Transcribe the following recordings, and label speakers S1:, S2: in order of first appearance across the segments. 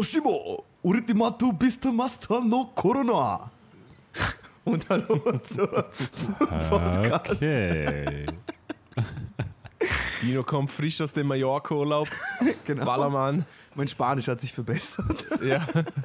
S1: Oshimo, Ultimatu bista Master no Corona. Und hallo zum Podcast.
S2: Okay.
S3: Dino kommt frisch aus dem Mallorca-Urlaub.
S1: Genau.
S3: Ballermann.
S1: Mein Spanisch hat sich verbessert.
S3: Ja.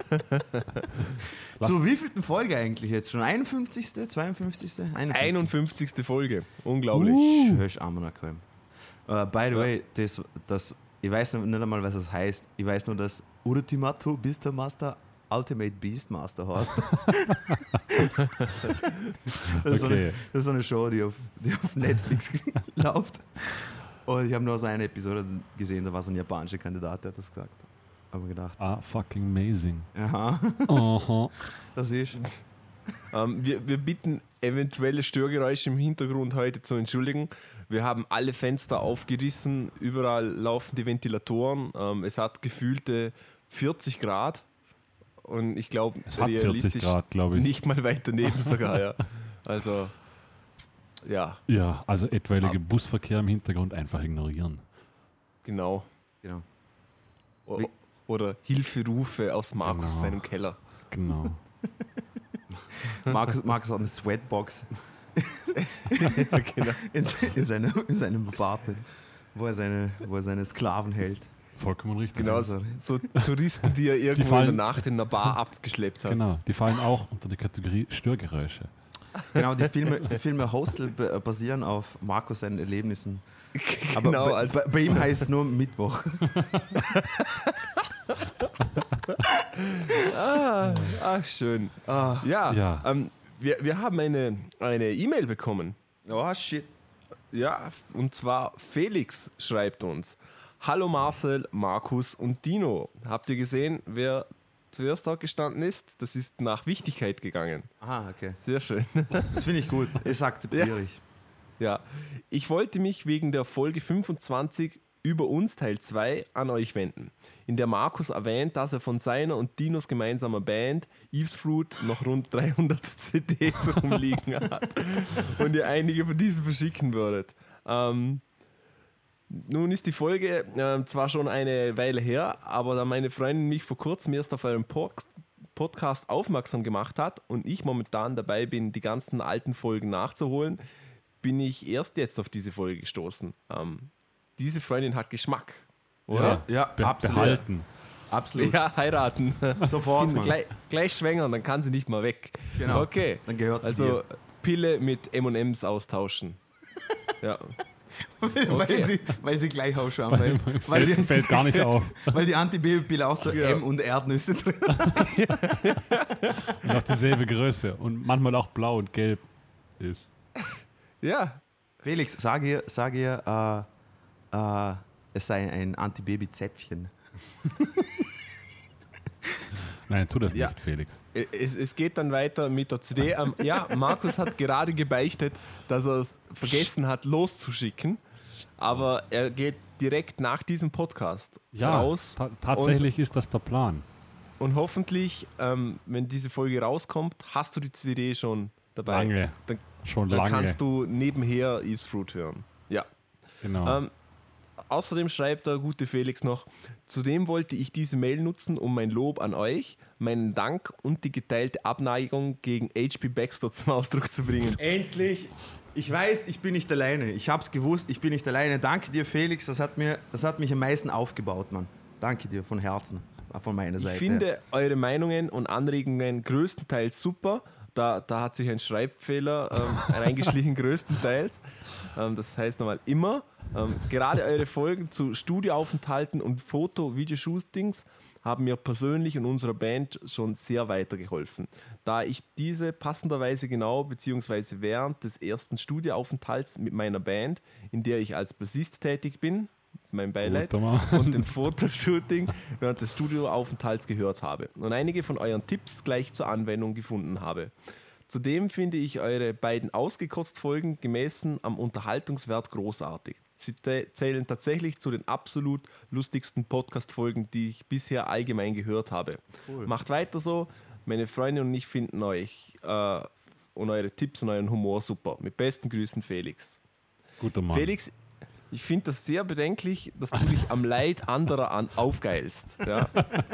S1: Zu wievielten Folge eigentlich jetzt? Schon 51., 52.?
S3: 51. Folge. Unglaublich.
S1: Hörst Amanakalm. By the way, das, ich weiß nicht einmal, was das heißt. Ich weiß nur, dass Ultimatu Beast Master Ultimate Beastmaster heißt. Das ist so eine Show, die auf Netflix läuft. Und ich habe nur so eine Episode gesehen, da war so ein japanischer Kandidat, der hat das gesagt. Aber gedacht.
S2: Fucking amazing.
S1: Aha.
S2: Aha.
S1: Das ist.
S3: Wir bitten, eventuelle Störgeräusche im Hintergrund heute zu entschuldigen. Wir haben alle Fenster aufgerissen, überall laufen die Ventilatoren. Es hat gefühlte 40 Grad. Und ich glaube,
S2: es hat 40 Grad, glaube ich.
S3: Nicht mal weiter neben sogar, ja. Also, ja.
S2: Ja, also etwailige Busverkehr im Hintergrund einfach ignorieren.
S3: Genau. Oder Hilferufe aus Markus seinem Keller.
S2: Genau.
S1: Markus hat eine Sweatbox
S3: Ja, genau.
S1: in seinem Apartment, wo er seine Sklaven hält.
S2: Vollkommen richtig.
S3: Genau, so Touristen, die er irgendwo in der Nacht in einer Bar abgeschleppt hat.
S2: Genau, die fallen auch unter die Kategorie Störgeräusche.
S1: Genau, die Filme Hostel basieren auf Markus seinen Erlebnissen. Aber
S3: Genau,
S1: bei ihm heißt es nur Mittwoch.
S3: Schön.
S1: Ah.
S3: Ja. Wir haben eine E-Mail bekommen.
S1: Oh, shit.
S3: Ja, und zwar Felix schreibt uns: Hallo Marcel, Markus und Dino. Habt ihr gesehen, wer zuerst da gestanden ist? Das ist nach Wichtigkeit gegangen.
S1: Aha, okay.
S3: Sehr schön.
S1: Das finde ich gut. Das akzeptiere ich.
S3: Ja, ich wollte mich wegen der Folge 25 über uns Teil 2 an euch wenden, in der Markus erwähnt, dass er von seiner und Dinos gemeinsamer Band Eve's Fruit noch rund 300 CDs rumliegen hat und ihr einige von diesen verschicken würdet. Nun ist die Folge zwar schon eine Weile her, aber da meine Freundin mich vor kurzem erst auf euren Podcast aufmerksam gemacht hat und ich momentan dabei bin, die ganzen alten Folgen nachzuholen, bin ich erst jetzt auf diese Folge gestoßen. Diese Freundin hat Geschmack, oder?
S1: Ja, absolut.
S2: Behalten.
S1: Absolut.
S3: Ja, heiraten.
S1: Sofort, Mann.
S3: Gleich schwängern, dann kann sie nicht mehr weg.
S1: Genau.
S3: Okay.
S1: Dann gehört sie
S3: Also
S1: dir.
S3: Pille mit M&M's austauschen. Ja.
S1: Weil sie gleich ausschauen.
S2: Fällt gar nicht auf.
S1: Weil die Antibabypille auch so M und Erdnüsse drin hat.
S2: Und auch dieselbe Größe und manchmal auch blau und gelb ist.
S3: Ja.
S1: Felix, sag ihr, es sei ein Antibaby-Zäpfchen.
S2: Nein, tu das
S3: Ja.
S2: nicht, Felix.
S3: Es geht dann weiter mit der CD. Ja, Markus hat gerade gebeichtet, dass er es vergessen hat, loszuschicken. Aber er geht direkt nach diesem Podcast
S2: Ja,
S3: raus.
S2: tatsächlich ist das der Plan.
S3: Und hoffentlich, wenn diese Folge rauskommt, hast du die CD schon dabei.
S2: Lange.
S3: Dann
S2: Schon lange.
S3: kannst du nebenher Eve's Fruit hören. Ja.
S2: Genau.
S3: Außerdem schreibt der gute Felix noch: Zudem wollte ich diese Mail nutzen, um mein Lob an euch, meinen Dank und die geteilte Abneigung gegen H.P. Baxter zum Ausdruck zu bringen.
S1: Endlich! Ich weiß, ich bin nicht alleine. Ich hab's gewusst, ich bin nicht alleine. Danke dir, Felix. Das hat mich am meisten aufgebaut, Mann. Danke dir von Herzen, von meiner Seite.
S3: Ich finde eure Meinungen und Anregungen größtenteils super. Da hat sich ein Schreibfehler reingeschlichen, größtenteils. Das heißt nochmal immer. Gerade eure Folgen zu Studioaufenthalten und Foto-Video-Shootings haben mir persönlich und unserer Band schon sehr weitergeholfen. Da ich diese passenderweise genau bzw. während des ersten Studioaufenthalts mit meiner Band, in der ich als Bassist tätig bin, mein Beileid, und dem Fotoshooting während des Studioaufenthalts gehört habe und einige von euren Tipps gleich zur Anwendung gefunden habe. Zudem finde ich eure beiden Ausgekotzt-Folgen gemessen am Unterhaltungswert großartig. Sie zählen tatsächlich zu den absolut lustigsten Podcast-Folgen, die ich bisher allgemein gehört habe. Cool. Macht weiter so. Meine Freunde und ich finden euch und eure Tipps und euren Humor super. Mit besten Grüßen, Felix.
S2: Guter Mann.
S3: Felix, ich finde das sehr bedenklich, dass du dich am Leid anderer aufgeilst. Ja.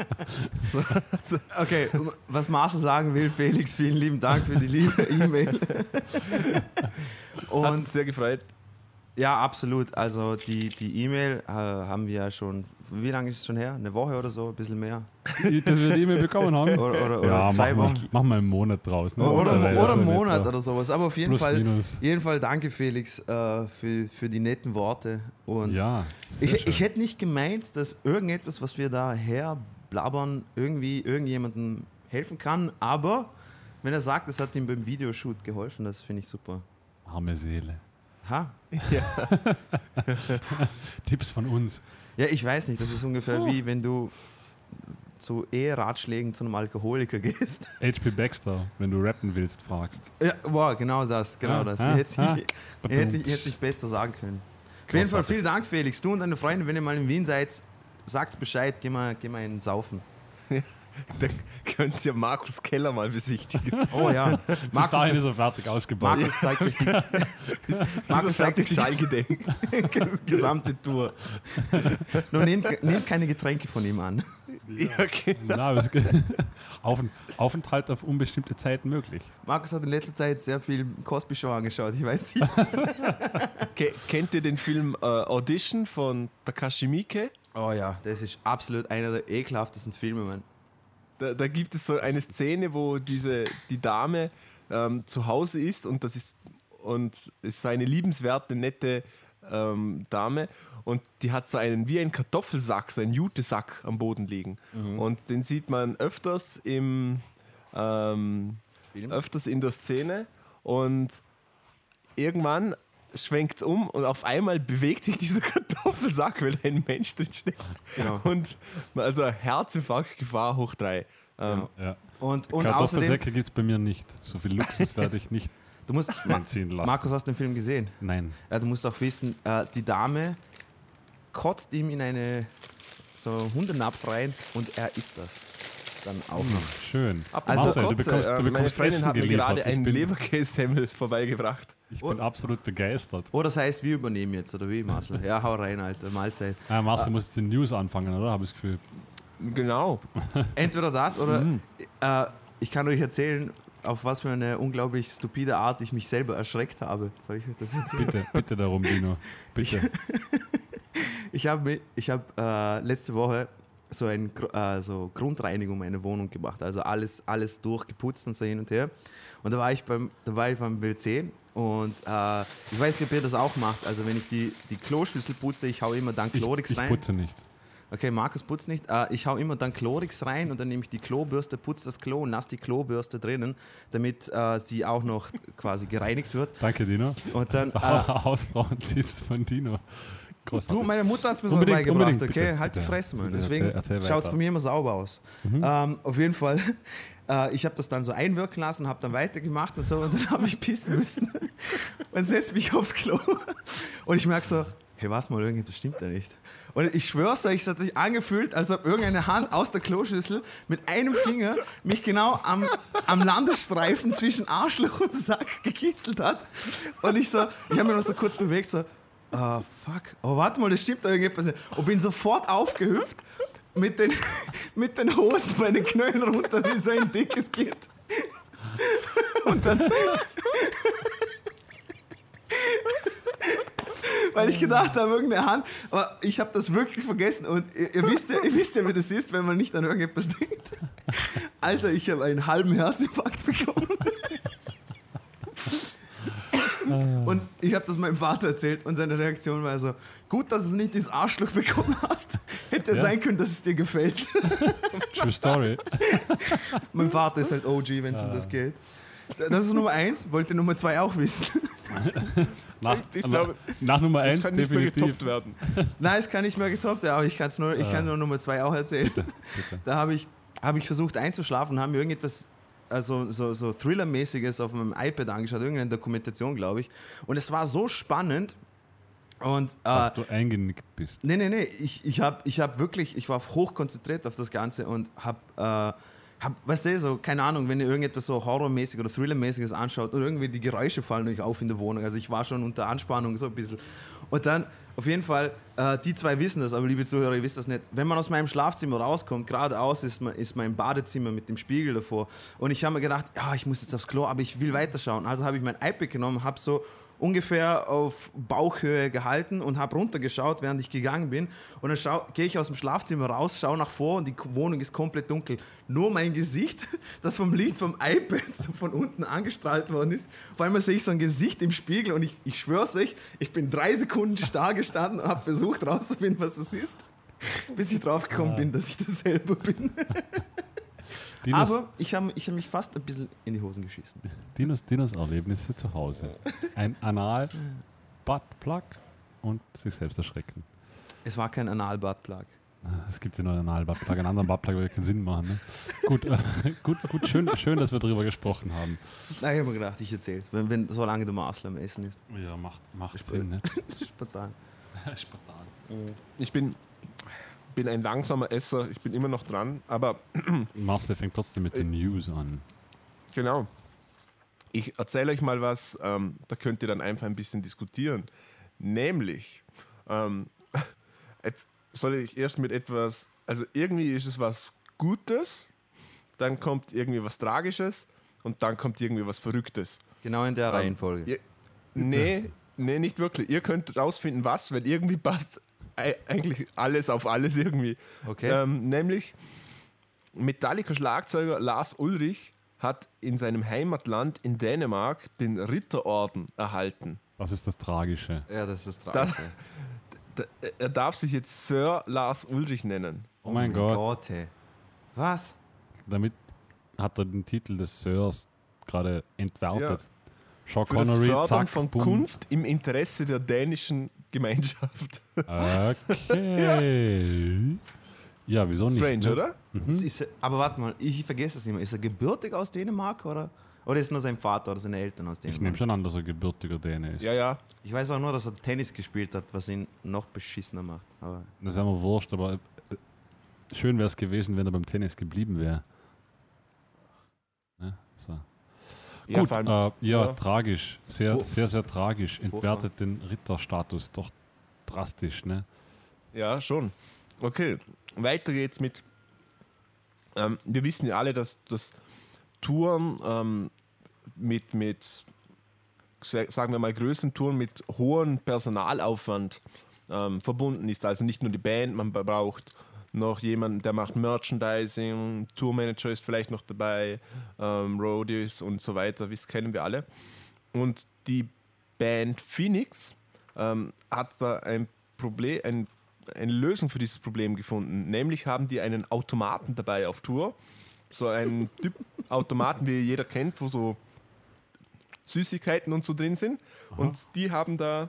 S1: Okay, was Marcel sagen will, Felix, vielen lieben Dank für die liebe E-Mail.
S3: Hat uns sehr gefreut.
S1: Ja, absolut. Also die E-Mail haben wir ja schon, wie lange ist es schon her? Eine Woche oder so, ein bisschen mehr?
S2: Dass wir die E-Mail bekommen haben?
S1: Oder 2 Wochen.
S2: Machen wir einen Monat draus. Ne?
S1: Oder einen Monat oder sowas. Aber auf jeden
S2: Plus,
S1: Fall danke Felix für die netten Worte. Und
S2: ja,
S1: ich hätte nicht gemeint, dass irgendetwas, was wir da herblabbern, irgendwie irgendjemandem helfen kann. Aber wenn er sagt, es hat ihm beim Videoshoot geholfen, das finde ich super.
S2: Arme Seele.
S1: Ha?
S3: Ja.
S2: Tipps von uns.
S1: Ja, ich weiß nicht, das ist ungefähr wie wenn du zu Eheratschlägen zu einem Alkoholiker gehst.
S2: H.P. Baxter, wenn du rappen willst, fragst.
S1: Ja, wow, genau das. Ihr hättet sich besser sagen können. Auf jeden Fall vielen Dank, Felix. Du und deine Freunde, wenn ihr mal in Wien seid, sagt Bescheid, geh mal in Saufen.
S3: Da könnt ihr Markus Keller mal besichtigen.
S1: Oh ja.
S2: Bis dahin ist er fertig ausgebaut.
S1: Markus zeigt euch die gesamte Tour. Nur nehmt keine Getränke von ihm an.
S3: Ja, genau.
S2: Aufenthalt auf unbestimmte Zeit möglich.
S1: Markus hat in letzter Zeit sehr viel Cosby Show angeschaut, ich weiß nicht.
S3: Kennt ihr den Film Audition von Takashi Miike?
S1: Oh ja, das ist absolut einer der ekelhaftesten Filme, Mann.
S3: Da gibt es so eine Szene, wo die Dame zu Hause ist und ist so eine liebenswerte, nette Dame und die hat so wie einen Kartoffelsack, so einen Jutesack am Boden liegen. Mhm. Und den sieht man öfters in der Szene und irgendwann schwenkt es um und auf einmal bewegt sich dieser Kartoffelsack, weil ein Mensch drin steckt. Genau. Und also Herzinfarktgefahr hoch 3.
S2: Ja.
S1: Und
S2: Kartoffelsäcke gibt es bei mir nicht. So viel Luxus werde ich nicht einziehen lassen.
S1: Markus, hast du den Film gesehen?
S2: Nein.
S1: Du musst auch wissen, die Dame kotzt ihm in eine so Hundenapf rein und er isst das dann auch noch.
S2: Schön.
S1: Also
S2: Marcel,
S3: du bekommst meine Freundin
S2: Essen
S3: hat mir
S2: geliefert.
S3: gerade einen Leberkässemmel vorbeigebracht.
S2: Ich bin absolut begeistert.
S1: Oh, das heißt, wir übernehmen jetzt, oder wie, Marcel? Ja, hau rein, Alter, Mahlzeit.
S2: Marcel muss jetzt die News anfangen, oder? Habe ich das Gefühl.
S3: Genau.
S1: Entweder das oder ich kann euch erzählen, auf was für eine unglaublich stupide Art ich mich selber erschreckt habe. Soll ich euch das erzählen?
S2: Bitte darum, Dino. Bitte.
S1: Ich habe letzte Woche so Grundreinigung meiner Wohnung gemacht. Also alles durchgeputzt und so hin und her. Und da war ich beim WC und ich weiß nicht, ob ihr das auch macht. Also wenn ich die Kloschüssel putze, ich hau immer dann Chlorix rein.
S2: Ich putze nicht.
S1: Okay, Markus putzt nicht. Ich hau immer dann Chlorix rein und dann nehme ich die Klobürste, putze das Klo und lasse die Klobürste drinnen, damit sie auch noch quasi gereinigt wird.
S2: Danke, Dino.
S1: Und dann
S2: Hausfrauentipps von Dino.
S1: Großartig. Du, meine Mutter hat es mir so beigebracht, okay? Bitte, halt die Fresse, Mann. Deswegen schaut es bei mir immer sauber aus. Auf jeden Fall, ich habe das dann so einwirken lassen, habe dann weitergemacht und so und dann habe ich pissen müssen und setze mich aufs Klo und ich merke so, hey, warte mal, irgendwas stimmt da nicht. Und ich schwör's euch, es hat sich angefühlt, als ob irgendeine Hand aus der Kloschüssel mit einem Finger mich genau am Landesstreifen zwischen Arschloch und Sack gekitzelt hat. Und ich habe mich noch so kurz bewegt, so, fuck, oh warte mal, das stimmt da irgendetwas nicht. Und bin sofort aufgehüpft mit den Hosen bei den Knöcheln runter, wie so ein dickes Kind. Und dann... Weil ich gedacht habe, irgendeine Hand, aber ich habe das wirklich vergessen und ihr wisst ja, wie das ist, wenn man nicht an irgendetwas denkt. Alter, ich habe einen halben Herzinfarkt bekommen. Und ich habe das meinem Vater erzählt und seine Reaktion war so, gut, dass du nicht dieses Arschloch bekommen hast. Hätte sein können, dass es dir gefällt.
S2: True Story.
S1: Mein Vater ist halt OG, wenn es um das geht. Das ist Nummer 1. Wollt ihr Nummer 2 auch wissen?
S3: Ich glaube,
S2: nach Nummer 1
S3: kann nicht mehr getoppt werden.
S1: Nein, es kann nicht mehr getoppt werden, aber ich kann nur Nummer 2 auch erzählen. Bitte. Da habe ich versucht einzuschlafen, haben mir irgendetwas so Thriller-mäßiges auf meinem iPad angeschaut, irgendeine Dokumentation, glaube ich. Und es war so spannend. Und,
S2: dass du eingenickt bist.
S1: Nee. Ich war hochkonzentriert auf das Ganze und weißt du, so, keine Ahnung, wenn ihr irgendetwas so Horrormäßig oder Thriller-mäßiges anschaut oder irgendwie die Geräusche fallen euch auf in der Wohnung. Also ich war schon unter Anspannung so ein bisschen. Und dann Auf jeden Fall, die zwei wissen das, aber liebe Zuhörer, ihr wisst das nicht. Wenn man aus meinem Schlafzimmer rauskommt, geradeaus ist mein Badezimmer mit dem Spiegel davor. Und ich habe mir gedacht, ja, ich muss jetzt aufs Klo, aber ich will weiterschauen. Also habe ich mein iPad genommen, habe so ungefähr auf Bauchhöhe gehalten und habe runtergeschaut, während ich gegangen bin. Und dann gehe ich aus dem Schlafzimmer raus, schaue nach vor und die Wohnung ist komplett dunkel. Nur mein Gesicht, das vom Licht vom iPad so von unten angestrahlt worden ist. Vor allem sehe ich so ein Gesicht im Spiegel und ich schwör's euch, ich bin 3 Sekunden starr gestanden und habe versucht rauszufinden, was es ist, bis ich drauf gekommen bin, dass ich das selber bin. Aber ich hab mich fast ein bisschen in die Hosen geschissen.
S2: Dinos Erlebnisse zu Hause. Ein Anal-Buttplug und sich selbst erschrecken.
S1: Es war kein Anal-Buttplug.
S2: Es gibt ja noch einen Anal-Buttplug. Einen anderen Buttplug würde keinen Sinn machen. Ne? Gut, schön, dass wir darüber gesprochen haben.
S1: Nein, ich habe mir gedacht, ich erzähle es, wenn solange du Maßler am Essen ist.
S2: Ja, macht Sinn. Ne?
S1: Spontan.
S3: Spontan. Ich bin ein langsamer Esser, ich bin immer noch dran, aber
S2: Marcel fängt trotzdem mit den News an.
S3: Genau. Ich erzähle euch mal was, da könnt ihr dann einfach ein bisschen diskutieren. Nämlich, soll ich erst mit etwas, also irgendwie ist es was Gutes, dann kommt irgendwie was Tragisches und dann kommt irgendwie was Verrücktes.
S1: Genau in der Reihenfolge.
S3: Nee, nicht wirklich. Ihr könnt rausfinden, was, weil irgendwie passt eigentlich alles auf alles irgendwie.
S1: Okay.
S3: Nämlich Metallica-Schlagzeuger Lars Ulrich hat in seinem Heimatland in Dänemark den Ritterorden erhalten.
S2: Das ist das Tragische.
S1: Ja, das ist das Tragische.
S3: Er darf sich jetzt Sir Lars Ulrich nennen.
S2: Oh mein Gott.
S1: Hey. Was?
S2: Damit hat er den Titel des Sirs gerade entwertet. Ja. Sean
S3: Für
S2: Connery,
S3: das Fördern
S2: zack,
S3: von
S2: boom.
S3: Kunst im Interesse der dänischen Gemeinschaft.
S2: Okay. Ja, wieso nicht?
S3: Strange,
S2: ne?
S3: oder?
S1: Aber warte mal, ich vergesse das immer. Ist er gebürtig aus Dänemark oder ist nur sein Vater oder seine Eltern aus Dänemark?
S2: Ich nehme schon an, dass er gebürtiger Däne ist.
S3: Ja.
S1: Ich weiß auch nur, dass er Tennis gespielt hat, was ihn noch beschissener macht. Aber
S2: das wäre mir wurscht, aber schön wäre es gewesen, wenn er beim Tennis geblieben wäre. Ja, so.
S3: Ja,
S2: gut,
S3: allem,
S2: tragisch. Sehr tragisch. Entwertet den Ritterstatus. Doch drastisch, ne?
S3: Ja, schon. Okay, weiter geht's mit. Wir wissen ja alle, dass das Touren mit, sagen wir mal, größeren Touren mit hohem Personalaufwand verbunden ist. Also nicht nur die Band, man braucht noch jemanden, der macht Merchandising, Tourmanager ist vielleicht noch dabei, Roadies und so weiter, das kennen wir alle. Und die Band Phoenix hat da ein Problem, eine Lösung für dieses Problem gefunden. Nämlich haben die einen Automaten dabei auf Tour. So einen Typ Automaten, wie jeder kennt, wo so Süßigkeiten und so drin sind. Aha. Und die haben da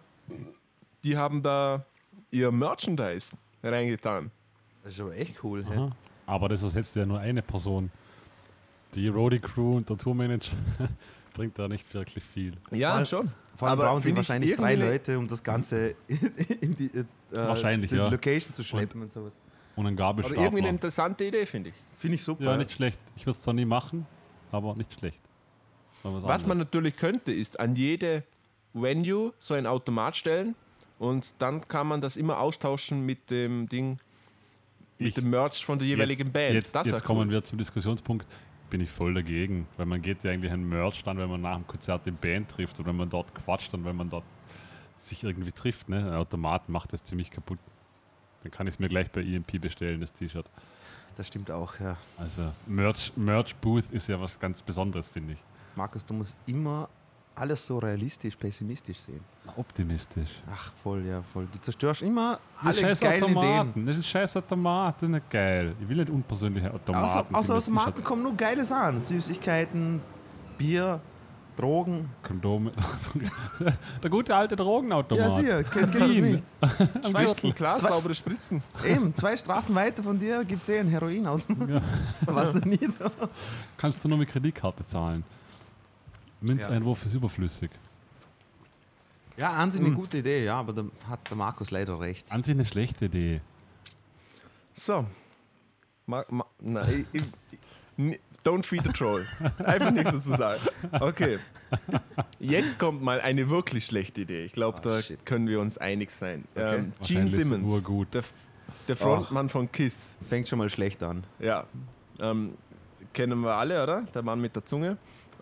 S3: ihr Merchandise reingetan.
S1: Das ist aber echt cool.
S2: Hey? Aber das ist jetzt ja nur eine Person. Die Roadie-Crew und der Tourmanager bringt da nicht wirklich viel.
S3: Ja, schon.
S1: Vor allem brauchen sie wahrscheinlich 3 Leute, um das Ganze in die Location zu schleppen und sowas.
S2: Und ein Gabelstapler.
S3: Aber irgendwie eine interessante Idee, finde ich.
S1: Finde ich super.
S2: Ja, nicht schlecht. Ich würde es zwar nie machen, aber nicht schlecht.
S3: Was man natürlich könnte, ist an jede Venue so ein Automat stellen und dann kann man das immer austauschen mit dem Ding, mit dem Merch von der jeweiligen Band.
S2: Jetzt kommen wir zum Diskussionspunkt. Bin ich voll dagegen, weil man geht ja eigentlich ein Merch dann, wenn man nach dem Konzert die Band trifft oder wenn man dort quatscht und wenn man dort sich irgendwie trifft. Ne? Ein Automat macht das ziemlich kaputt. Dann kann ich es mir gleich bei EMP bestellen, das T-Shirt.
S1: Das stimmt auch, ja.
S2: Also Merch-Booth ist ja was ganz Besonderes, finde ich.
S1: Markus, du musst immer alles so realistisch, pessimistisch sehen.
S2: Optimistisch.
S1: Ach, voll, ja, voll. Du zerstörst immer alle geilen Ideen.
S2: Das ist ein scheiß Automat, das ist nicht geil. Ich will nicht unpersönliche Automaten.
S1: Außer Automaten kommen nur geile Sachen. Süßigkeiten, Bier, Drogen.
S2: Kondome. Der gute alte Drogenautomat.
S1: Ja, sicher. Kennst du das nicht?
S3: Schweißten Glas, saubere Spritzen.
S1: Eben, 2 Straßen weiter von dir gibt es einen Heroinautomat. Ja. Was du nie da.
S2: Kannst du nur mit Kreditkarte zahlen. Münzeinwurf ist überflüssig.
S1: Ja, an sich eine gute Idee, ja, aber da hat der Markus leider recht.
S2: An sich eine schlechte Idee.
S3: So. Don't feed the troll. Einfach nichts dazu sagen. Okay. Jetzt kommt mal eine wirklich schlechte Idee. Ich glaube, können wir uns einig sein.
S2: Okay.
S3: Gene Simmons, der Frontmann von Kiss.
S1: Fängt schon mal schlecht an.
S3: Ja. Kennen wir alle, oder? Der Mann mit der Zunge.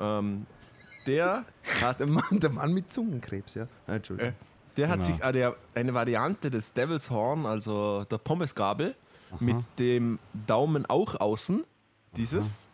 S3: Der hat...
S1: Der Mann mit Zungenkrebs, ja. Entschuldigung.
S3: Der hat sich eine Variante des Devil's Horn, also der Pommesgabel, mit dem Daumen auch außen, dieses,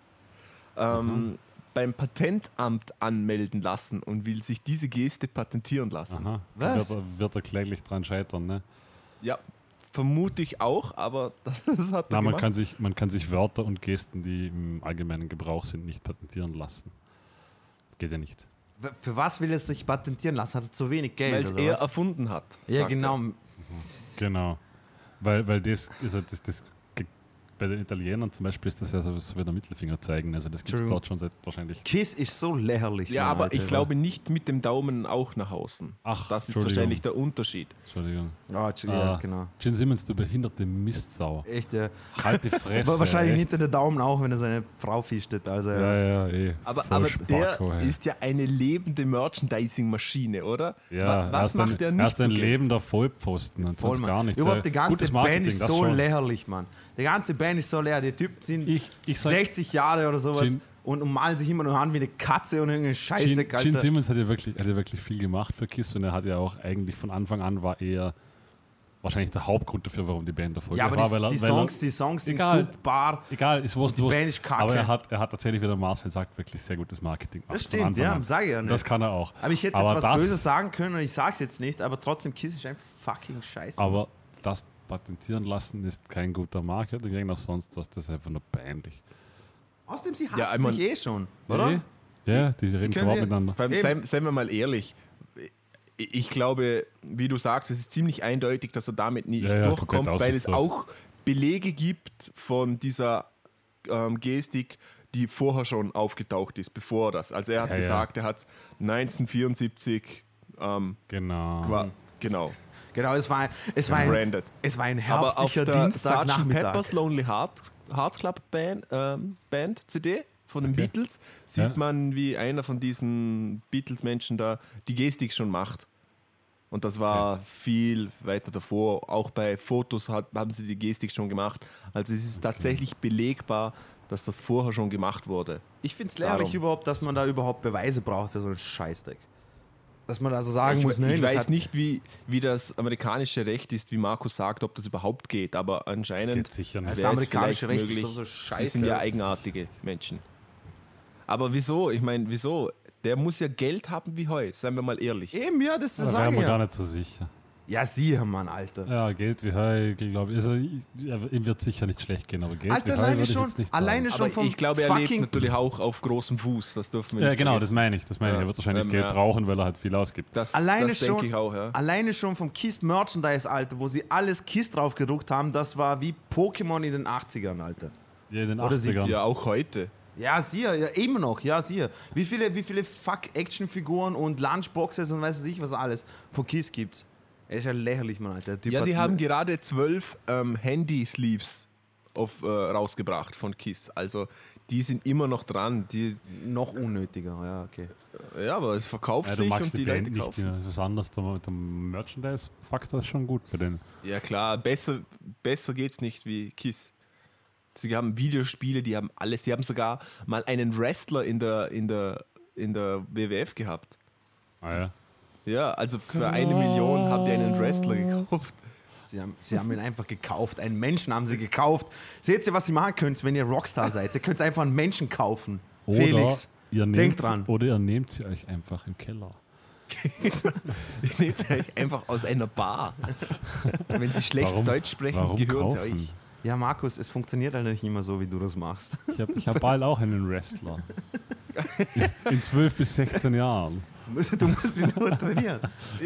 S3: beim Patentamt anmelden lassen und will sich diese Geste patentieren lassen.
S2: Aha. Was? Wird er kläglich dran scheitern, ne?
S3: Ja, vermute ich auch, aber das hat er gemacht.
S2: Man kann sich Wörter und Gesten, die im allgemeinen Gebrauch sind, nicht patentieren lassen. Geht ja nicht.
S1: Für was will er sich patentieren lassen? Hat er zu wenig Geld?
S3: Weil es er erfunden hat.
S1: Ja, genau.
S2: Genau. Weil das ist ja das bei den Italienern zum Beispiel ist das ja so wie der Mittelfinger zeigen. Also das gibt es dort schon seit wahrscheinlich.
S1: Kiss ist so lächerlich.
S3: Ja, aber ich glaube nicht mit dem Daumen auch nach außen.
S2: Ach,
S3: das ist wahrscheinlich der Unterschied.
S2: Entschuldigung.
S1: Ja, genau.
S2: Gene Simmons, du behinderte Mistsau.
S1: Echt, ja.
S2: Halt die Fresse.
S1: Aber wahrscheinlich hinter der Daumen auch, wenn er seine Frau fischtet. Also,
S2: ja, eh.
S3: Aber der ist ja eine lebende Merchandising-Maschine, oder?
S2: Ja,
S3: was macht der nicht?
S2: Er ist ein lebender Vollpfosten und sonst gar nichts.
S1: Überhaupt die ganze Band ist so lächerlich, Mann. Die ganze Band ist so leer. Die Typen sind 60 Jahre oder sowas und malen sich immer nur an wie eine Katze und irgendeine Scheiße.
S2: Gene Simmons hat ja wirklich viel gemacht für Kiss und er hat ja auch eigentlich von Anfang an war er wahrscheinlich der Hauptgrund dafür, warum die Band erfolgreich war.
S1: Aber die Songs sind super.
S2: Egal, ist wurscht.
S1: Die Band ist kacke.
S2: Aber er hat tatsächlich, wie der Marcel sagt, wirklich sehr gutes Marketing gemacht.
S1: Das stimmt, ja, sage ich ja nicht.
S2: Das kann er auch.
S1: Aber ich hätte jetzt was Böses sagen können und ich sage es jetzt nicht, aber trotzdem, Kiss ist einfach fucking scheiße.
S2: Aber das patentieren lassen ist kein guter Marketing, noch sonst was, das ist einfach nur peinlich.
S1: Außerdem, sie hassen sich schon, oder?
S2: Ja, die reden kaum miteinander.
S3: Seien wir mal ehrlich, ich glaube, wie du sagst, es ist ziemlich eindeutig, dass er damit nicht durchkommt, weil es auch Belege gibt von dieser Gestik, die vorher schon aufgetaucht ist, bevor das. Also er hat gesagt, er hat 1974 genau.
S1: Genau, es war ein herbstlicher Dienstagnachmittag.
S3: Pepper's Lonely Hearts Club Band CD von den Beatles sieht man, wie einer von diesen Beatles-Menschen da die Gestik schon macht. Und das war viel weiter davor. Auch bei Fotos haben sie die Gestik schon gemacht. Also es ist tatsächlich belegbar, dass das vorher schon gemacht wurde.
S1: Ich finde es lächerlich überhaupt, dass man da überhaupt Beweise braucht für so einen Scheißdreck. Dass man also sagen muss, nein,
S3: ich weiß nicht, wie das amerikanische Recht ist, wie Markus sagt, ob das überhaupt geht, aber anscheinend
S2: sicher nicht.
S1: Das amerikanische Recht ist so scheiße.
S3: Die sind ja eigenartige Menschen. Aber wieso? Ich meine, wieso? Der muss ja Geld haben wie Heu, seien wir mal ehrlich.
S1: Eben, ja, das
S2: ist
S1: sage ich.
S2: Da wären wir gar nicht so sicher.
S1: Ja, sicher, Mann, Alter.
S2: Ja, Geld wie Heu, glaube ich. Also, ihm wird sicher nicht schlecht gehen, aber Geld
S1: Alter,
S2: wie Heu würde ich jetzt nicht
S1: alleine schon vom
S3: ich glaube, er lebt natürlich auch auf großem Fuß, das dürfen wir nicht
S2: genau,
S3: vergessen.
S2: das meine ich. Er wird wahrscheinlich Geld brauchen, weil er halt viel ausgibt.
S3: Das denke ich auch, ja.
S1: Alleine schon vom Kiss Merchandise, Alter, wo sie alles Kiss drauf gedruckt haben, das war wie Pokémon in den 80ern, Alter.
S2: Ja, in den 80ern.
S3: Ja, auch heute.
S1: Ja, siehe, ja, immer noch, ja, siehe. Wie viele Fuck-Action-Figuren und Lunchboxes und weiß ich was alles von Kiss gibt's. Er ist ja lächerlich, Mann, Alter.
S3: Ja, die haben gerade 12 Handy-Sleeves rausgebracht von Kiss. Also die sind immer noch dran. Die
S1: noch unnötiger, ja, okay.
S3: Ja, aber es verkauft sich und die Leute kaufen es.
S2: Was anderes, der Merchandise-Faktor ist schon gut bei denen.
S3: Ja klar, besser geht's nicht wie Kiss. Sie haben Videospiele, die haben alles. Sie haben sogar mal einen Wrestler in der WWF gehabt.
S2: Ah ja.
S3: Ja, also für 1 Million haben die einen Wrestler gekauft.
S1: Sie haben ihn einfach gekauft. Einen Menschen haben sie gekauft. Seht ihr, was ihr machen könnt, wenn ihr Rockstar seid? Ihr könnt einfach einen Menschen kaufen.
S2: Oder
S1: Felix, denkt dran.
S2: Oder ihr nehmt sie euch einfach im Keller.
S3: Ihr nehmt sie euch einfach aus einer Bar. Wenn sie schlecht Deutsch sprechen, gehören sie euch.
S1: Ja, Markus, es funktioniert halt nicht immer so, wie du das machst.
S2: Ich hab bald auch einen Wrestler. In 12 bis 16 Jahren.
S1: Du musst ihn nur trainieren.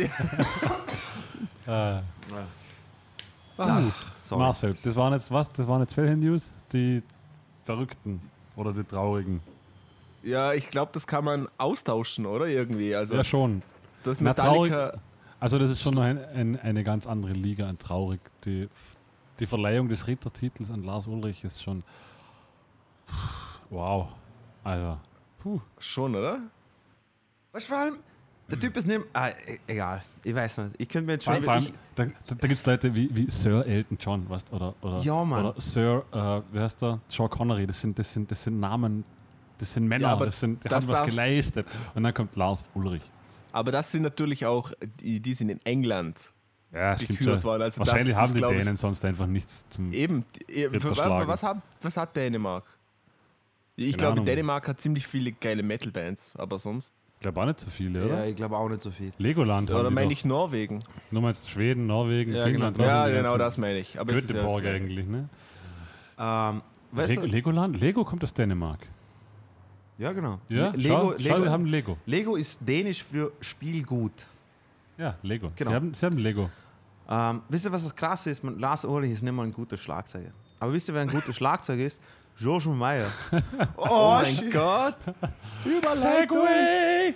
S2: Marcel, das waren jetzt was? Das waren jetzt welche News? Die Verrückten oder die Traurigen?
S3: Ja, ich glaube, das kann man austauschen, oder? Irgendwie. Also,
S2: ja, schon.
S3: Das Metallica.
S2: Also, das ist schon noch eine ganz andere Liga, ein traurig. Die Verleihung des Rittertitels an Lars Ulrich ist schon Wow. Also,
S3: Schon, oder?
S1: Weißt du, vor allem, der Typ ist nicht... egal, ich weiß nicht. Ich könnte mir jetzt schon...
S2: Vor allem, da gibt es Leute wie Sir Elton John, weißt, oder
S1: ja, Mann.
S2: Oder Sir, wie heißt der? Sean Connery, das sind Namen, das sind Männer,
S3: Ja,
S2: die haben was geleistet. Und dann kommt Lars Ulrich.
S3: Aber das sind natürlich auch, die sind in England
S2: gekürt worden. Also wahrscheinlich haben die Dänen sonst einfach nichts zum
S3: was hat Dänemark? Ich glaube, Dänemark hat ziemlich viele geile Metal-Bands, aber sonst...
S2: Ich glaube auch nicht so viele, oder?
S1: Ja, ich glaube auch nicht so viel.
S2: Legoland
S3: oder meine ich Norwegen?
S2: Nur meinst Schweden, Norwegen, Finnland.
S3: Ja, genau, das meine ich. Aber
S2: Göteborg eigentlich, ne?
S1: Legoland?
S2: Lego kommt aus Dänemark.
S1: Ja, genau.
S2: Ja, Lego, wir haben Lego.
S1: Lego ist dänisch für Spielgut.
S2: Ja, Lego.
S1: Genau.
S2: Sie haben Lego.
S1: Wisst ihr, was das Krasse ist? Lars Ulrich ist nicht mal ein guter Schlagzeuger. Aber wisst ihr, wer ein guter Schlagzeuger ist? Jojo Meyer.
S3: Oh mein Gott!
S2: Segway!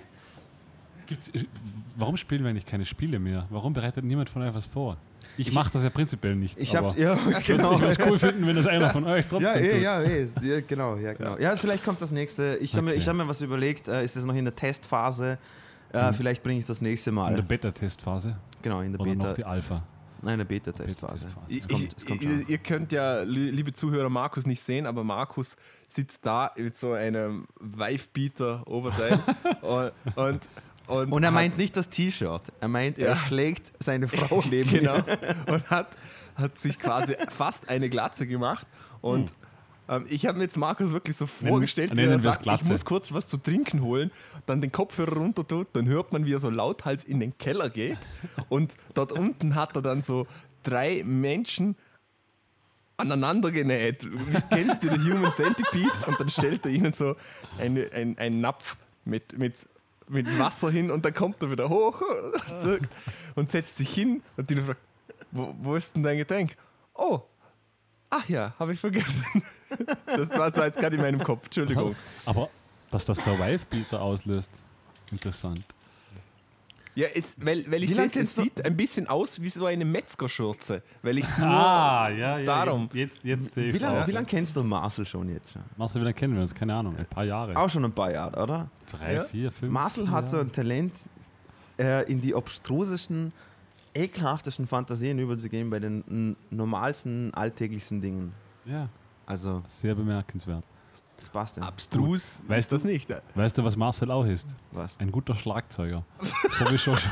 S2: Warum spielen wir eigentlich keine Spiele mehr? Warum bereitet niemand von euch was vor? Ich mache das ja prinzipiell nicht.
S1: Ich würde es
S2: cool finden, wenn das einer von euch trotzdem tut.
S1: Genau. Ja, vielleicht kommt das nächste. Ich hab mir was überlegt. Ist das noch in der Testphase? Vielleicht bringe ich das nächste Mal.
S2: In der Beta-Testphase?
S1: Genau, in der
S2: Oder
S1: Beta.
S2: noch die Alpha?
S1: Nein, in der Beta-Testphase.
S3: Ihr könnt ja, liebe Zuhörer, Markus nicht sehen, aber Markus sitzt da mit so einem Wife-Beater-Oberteil und
S1: er meint nicht das T-Shirt. Er meint, er schlägt seine Frau neben
S3: ihm. Genau. Und hat sich quasi fast eine Glatze gemacht. Und ich habe mir jetzt Markus wirklich so vorgestellt, wie er sagt, ich muss kurz was zu trinken holen, dann den Kopfhörer runter tut, dann hört man, wie er so lauthals in den Keller geht. Und dort unten hat er dann so 3 Menschen aneinander genäht. Kennst du den Human Centipede? Und dann stellt er ihnen so einen Napf mit Wasser hin und dann kommt er wieder hoch und setzt sich hin und die fragt, wo ist denn dein Getränk? Oh, ach ja, habe ich vergessen. Das war so jetzt gerade in meinem Kopf, Entschuldigung.
S2: Aber dass das der Wife-Beater auslöst, interessant.
S3: Ja, weil ich sehe, es sieht ein bisschen aus wie so eine Metzgerschürze. Weil ich
S2: darum. Jetzt sehe ich
S1: Wie lange kennst du Marcel schon jetzt?
S2: Marcel, wie lange kennen wir uns? Keine Ahnung, ein paar Jahre.
S1: Auch schon ein paar Jahre, oder?
S2: 3, 4, 5.
S1: Marcel hat so ein Talent, in die obstrusesten, ekelhaftesten Fantasien überzugehen bei den normalsten, alltäglichsten Dingen.
S2: Ja.
S1: Also.
S2: Sehr bemerkenswert.
S1: Das passt ja.
S3: Abstrus, weißt du das nicht?
S2: Weißt du, was Marcel auch ist?
S1: Was?
S2: Ein guter Schlagzeuger. So wie schon.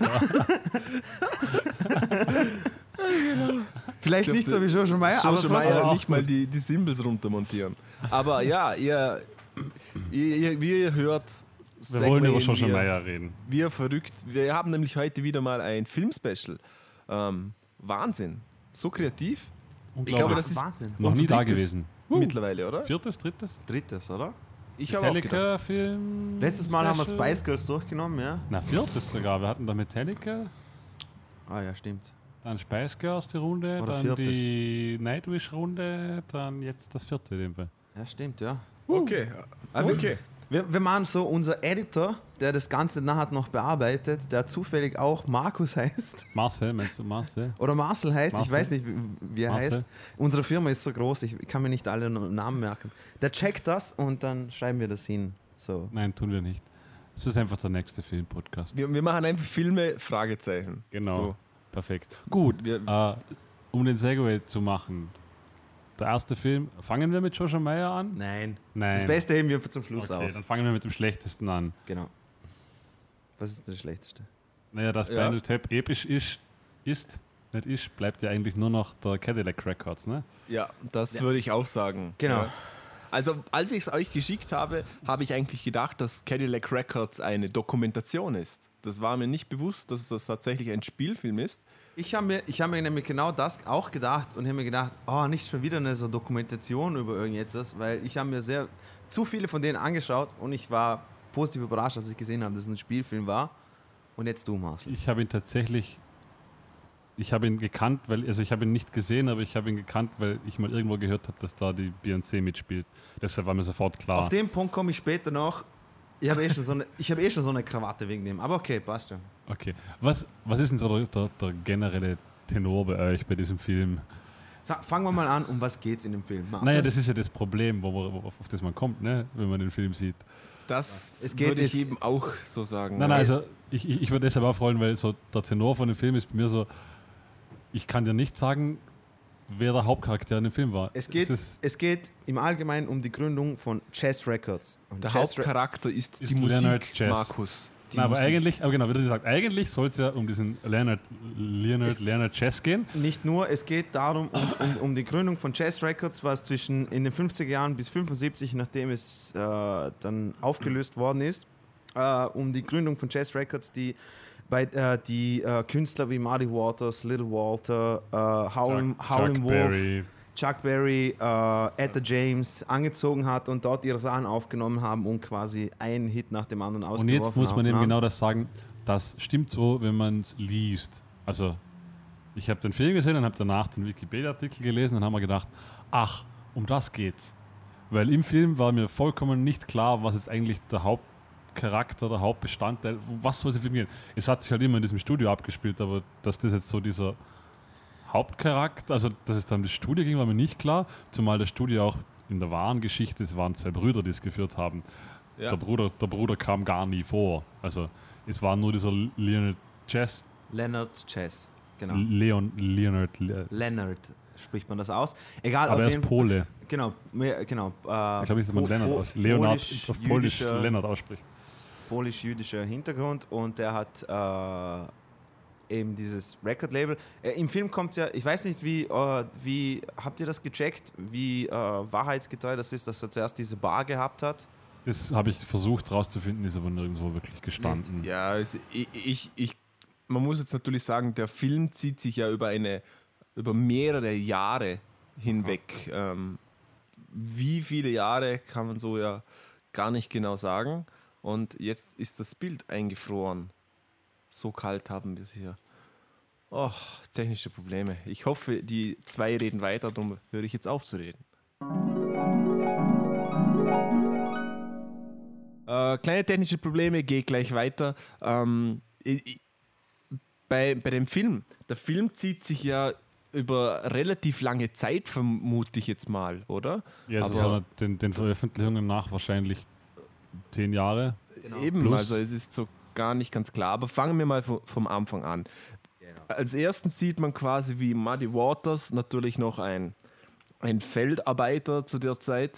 S1: Vielleicht nicht so wie Jojo Meyer, aber
S3: trotzdem nicht mal die Cymbals runtermontieren. Aber ja, ihr hört.
S2: Wir wollen über Jojo Meyer reden.
S3: Wir verrückt. Wir haben nämlich heute wieder mal ein Filmspecial. Wahnsinn. So kreativ.
S2: Ich glaube, das ist Wahnsinn. Noch nie da gewesen.
S3: Mittlerweile, oder?
S2: 4., 3.?
S1: Drittes, oder?
S3: Ich habe
S2: Metallica-Film.
S1: Letztes Mal haben wir Spice Girls durchgenommen, ja?
S2: Na, 4. sogar. Wir hatten da Metallica.
S1: Ah ja, stimmt.
S2: Dann Spice Girls die Runde,
S1: oder
S2: dann
S1: 4.
S2: die Nightwish-Runde, dann jetzt das 4. in dem Fall.
S1: Ja, stimmt, ja.
S3: Okay.
S1: Wir machen so, unser Editor, der das Ganze nachher noch bearbeitet, der zufällig auch Markus heißt.
S2: Marcel, meinst du Marcel?
S1: Oder Marcel heißt,
S2: Marcel.
S1: Ich weiß nicht, wie er heißt. Unsere Firma ist so groß, ich kann mir nicht alle Namen merken. Der checkt das und dann schreiben wir das hin. So.
S2: Nein, tun wir nicht. Das ist einfach der nächste Film-Podcast.
S3: Wir machen einfach Filme, Fragezeichen.
S2: Genau,
S3: so.
S2: Perfekt. Gut, um den Segway zu machen. Der erste Film, fangen wir mit Jojo Meyer an?
S1: Nein. Das Beste heben wir zum Schluss auf.
S2: Dann fangen wir mit dem Schlechtesten an.
S1: Genau. Was ist das Schlechteste?
S2: Naja, dass Spinal Tap episch bleibt ja eigentlich nur noch der Cadillac Records, ne?
S3: Ja, das würde ich auch sagen.
S1: Genau.
S3: Ja. Also, als ich es euch geschickt habe, habe ich eigentlich gedacht, dass Cadillac Records eine Dokumentation ist. Das war mir nicht bewusst, dass das tatsächlich ein Spielfilm ist.
S1: Ich hab mir nämlich genau das auch gedacht und habe mir gedacht, nicht schon wieder eine so Dokumentation über irgendetwas, weil ich habe mir zu viele von denen angeschaut und ich war positiv überrascht, als ich gesehen habe, dass es ein Spielfilm war. Und jetzt du, Marcel.
S2: Ich habe ihn gekannt, ich habe ihn nicht gesehen, aber ich habe ihn gekannt, weil ich mal irgendwo gehört habe, dass da die Beyoncé mitspielt. Deshalb war mir sofort klar.
S1: Auf den Punkt komme ich später noch. Ich habe schon so eine Krawatte wegen dem, aber okay, passt schon.
S2: Okay. Was ist denn so der generelle Tenor bei euch bei diesem Film?
S1: Fangen wir mal an, um was geht's in dem Film? Marcel?
S2: Naja, das ist ja das Problem, auf das man kommt, ne? Wenn man den Film sieht.
S3: Würde ich eben auch so sagen.
S2: Nein, also ich würde deshalb aufrollen, weil so der Tenor von dem Film ist bei mir so, ich kann dir nicht sagen, wer der Hauptcharakter in dem Film war.
S1: Es geht im Allgemeinen um die Gründung von Chess Records.
S3: Und der Hauptcharakter ist die Musik, Markus.
S2: Aber eigentlich, wie du gesagt, eigentlich soll es ja um diesen Leonard Chess gehen.
S1: Nicht nur, es geht darum, um die Gründung von Chess Records, was in den 50er Jahren bis 75, nachdem es dann aufgelöst worden ist, um die Gründung von Chess Records, die Künstler wie Muddy Waters, Little Walter, Howlin' Wolf, Chuck Berry, Etta James angezogen hat und dort ihre Sachen aufgenommen haben und quasi einen Hit nach dem anderen ausgeworfen haben. Und jetzt
S2: muss man eben genau das sagen, das stimmt so, wenn man es liest. Also ich habe den Film gesehen und habe danach den Wikipedia-Artikel gelesen und haben wir gedacht, ach, um das geht's. Weil im Film war mir vollkommen nicht klar, was jetzt eigentlich der Hauptcharakter, der Hauptbestandteil, was soll es im Film gehen. Es hat sich halt immer in diesem Studio abgespielt, aber dass das jetzt so dieser Hauptcharakter, also dass es dann das Studio ging, war mir nicht klar, zumal das Studio auch in der wahren Geschichte, es waren 2 Brüder, die es geführt haben. Ja. Der Bruder kam gar nie vor. Also es war nur dieser Leonard Chess,
S1: genau.
S2: Leonard
S1: spricht man das aus. Egal,
S2: aber er ist Pole.
S1: Genau. Ich
S2: glaube nicht, dass man Leonard auf Polisch Leonard ausspricht.
S1: Polisch-jüdischer Hintergrund und der hat eben dieses Record-Label. Im Film kommt ja, ich weiß nicht, wie habt ihr das gecheckt, wie wahrheitsgetreu das ist, dass er zuerst diese Bar gehabt hat?
S2: Das habe ich versucht rauszufinden, ist aber nirgendwo wirklich gestanden.
S3: Ja, man muss jetzt natürlich sagen, der Film zieht sich ja über mehrere Jahre hinweg. Wie viele Jahre kann man so ja gar nicht genau sagen. Und jetzt ist das Bild eingefroren. So kalt haben wir es hier. Oh, technische Probleme. Ich hoffe, die 2 reden weiter, darum höre ich jetzt auf zu reden. Kleine technische Probleme, geht gleich weiter. Bei dem Film, der Film zieht sich ja über relativ lange Zeit, vermute ich jetzt mal, oder?
S2: Ja, es ist den Veröffentlichungen nach wahrscheinlich 10 Jahre.
S3: Genau. Eben, plus. Also es ist so gar nicht ganz klar, aber fangen wir mal vom Anfang an. Genau. Als erstes sieht man quasi, wie Muddy Waters, natürlich noch ein Feldarbeiter zu der Zeit,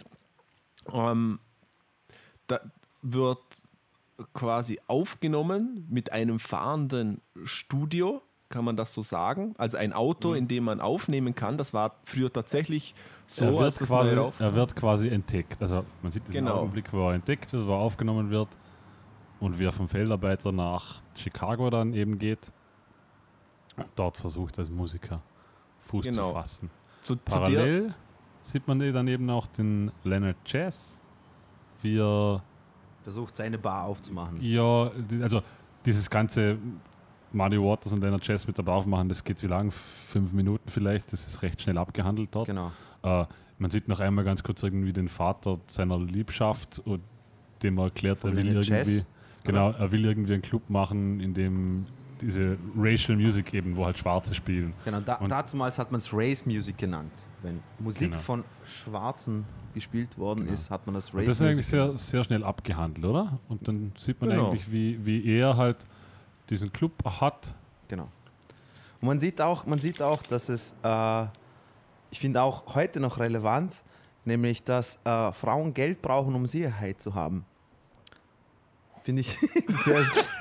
S3: da wird quasi aufgenommen mit einem fahrenden Studio, kann man das so sagen? Also ein Auto, in dem man aufnehmen kann. Das war früher tatsächlich so.
S2: Er wird quasi entdeckt. Also man sieht diesen Augenblick, wo er entdeckt wird, wo er aufgenommen wird. Und wie er vom Feldarbeiter nach Chicago dann eben geht, dort versucht als Musiker Fuß zu fassen. Parallel sieht man dann eben auch den Leonard Chess, wie er
S1: versucht, seine Bar aufzumachen.
S2: Ja, also dieses ganze Muddy Waters und Leonard Chess mit der Bar aufmachen, das geht wie lang? 5 Minuten vielleicht, das ist recht schnell abgehandelt dort.
S1: Genau.
S2: Man sieht noch einmal ganz kurz irgendwie den Vater seiner Liebschaft, dem er erklärt, er will irgendwie... Genau, er will irgendwie einen Club machen, in dem diese Racial Music eben, wo halt Schwarze spielen.
S1: Genau, dazumals hat man es Race Music genannt. Wenn Musik von Schwarzen gespielt worden ist, hat man das Race Music
S2: genannt. Das ist eigentlich sehr, sehr schnell abgehandelt, oder? Und dann sieht man eigentlich, wie er halt diesen Club hat.
S1: Genau. Und man sieht auch, dass es, ich finde auch heute noch relevant, nämlich, dass Frauen Geld brauchen, um Sicherheit zu haben. Finde ich sehr...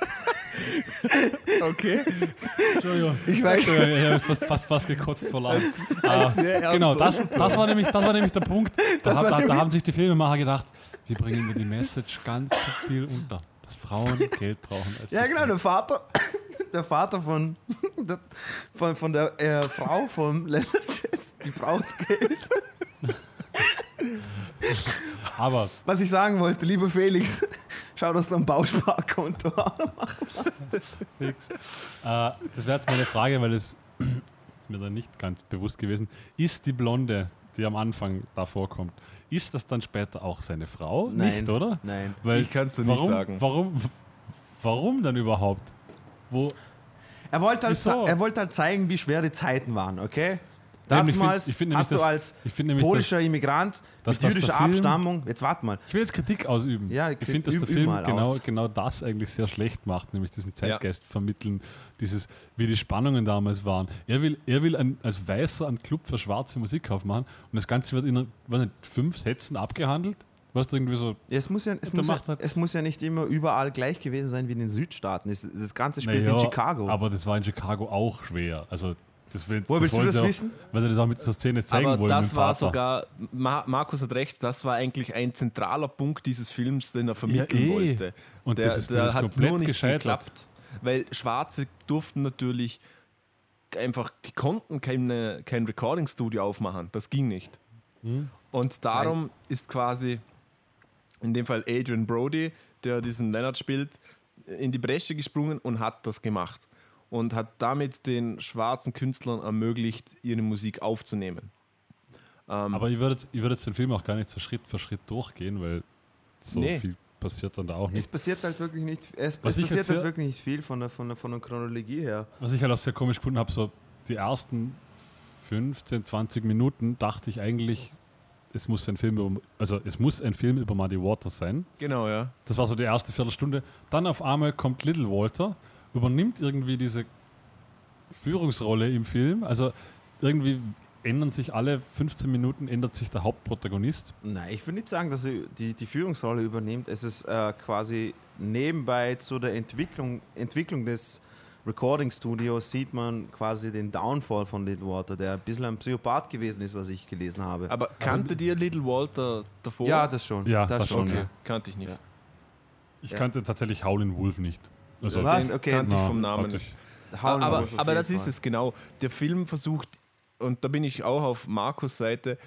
S3: Okay.
S2: Entschuldigung. Ich weiß schon. Ich habe fast gekotzt vor Lachen. Genau, das war nämlich der Punkt. Da haben sich die Filmemacher gedacht, wie bringen wir die Message ganz subtil unter, dass Frauen Geld brauchen.
S1: Ja, genau, der Vater von der Frau von Leonard Chess, die braucht Geld.
S2: Aber
S1: was ich sagen wollte, lieber Felix, schau, dass du ein Bausparkonto machst.
S2: Fix. Das wäre jetzt meine Frage, weil es ist mir da nicht ganz bewusst gewesen. Ist die Blonde, die am Anfang da vorkommt, ist das dann später auch seine Frau?
S1: Nein,
S2: nicht, oder?
S1: Nein.
S2: Weil,
S3: ich kannst du nicht sagen.
S2: Warum dann überhaupt?
S1: Er wollte halt zeigen, wie schwer die Zeiten waren, okay? Damals hast du als polischer Immigrant mit jüdischer Abstammung, jetzt warte mal.
S2: Ich will jetzt Kritik ausüben.
S1: Ja,
S2: ich finde, dass der Film genau das eigentlich sehr schlecht macht, nämlich diesen Zeitgeist vermitteln, wie die Spannungen damals waren. Er will als Weißer einen Club für schwarze Musik aufmachen und das Ganze wird in 5 Sätzen abgehandelt. Was irgendwie so.
S1: Es muss ja nicht immer überall gleich gewesen sein wie in den Südstaaten. Das Ganze spielt in Chicago.
S2: Aber das war in Chicago auch schwer. Also
S1: Woher willst du das wissen?
S2: Weil sie das auch mit dieser Szene zeigen wollen.
S3: Aber das war sogar, Markus hat recht, das war eigentlich ein zentraler Punkt dieses Films, den er vermitteln wollte.
S2: Und der hat komplett nur nicht geklappt.
S3: Weil Schwarze durften natürlich einfach, die konnten kein Recording-Studio aufmachen. Das ging nicht. Und darum ist quasi in dem Fall Adrian Brody, der diesen Leonard spielt, in die Bresche gesprungen und hat das gemacht. Und hat damit den schwarzen Künstlern ermöglicht, ihre Musik aufzunehmen.
S2: Aber ich würde jetzt den Film auch gar nicht so Schritt für Schritt durchgehen, weil viel passiert dann da auch nicht.
S1: Es passiert halt wirklich nicht viel von der Chronologie her.
S2: Was ich halt auch sehr komisch gefunden habe, so die ersten 15, 20 Minuten dachte ich eigentlich, es muss ein Film über Muddy Waters sein.
S3: Genau, ja.
S2: Das war so die erste Viertelstunde. Dann auf einmal kommt Little Walter, übernimmt irgendwie diese Führungsrolle im Film. Also irgendwie ändern sich alle 15 Minuten, ändert sich der Hauptprotagonist.
S1: Nein, ich würde nicht sagen, dass er die Führungsrolle übernimmt. Es ist quasi nebenbei zu der Entwicklung des Recording Studios sieht man quasi den Downfall von Little Walter, der ein bisschen ein Psychopath gewesen ist, was ich gelesen habe.
S3: Aber kanntet ihr Little Walter davor?
S1: Ja, das schon.
S2: Ja, das schon.
S3: Okay. Kannte ich nicht. Ja.
S2: Ich kannte tatsächlich Howlin' Wolf nicht.
S1: Also was? Okay.
S3: Kannte ich vom Namen nicht. Aber das ist es genau. Der Film versucht, und da bin ich auch auf Markus' Seite,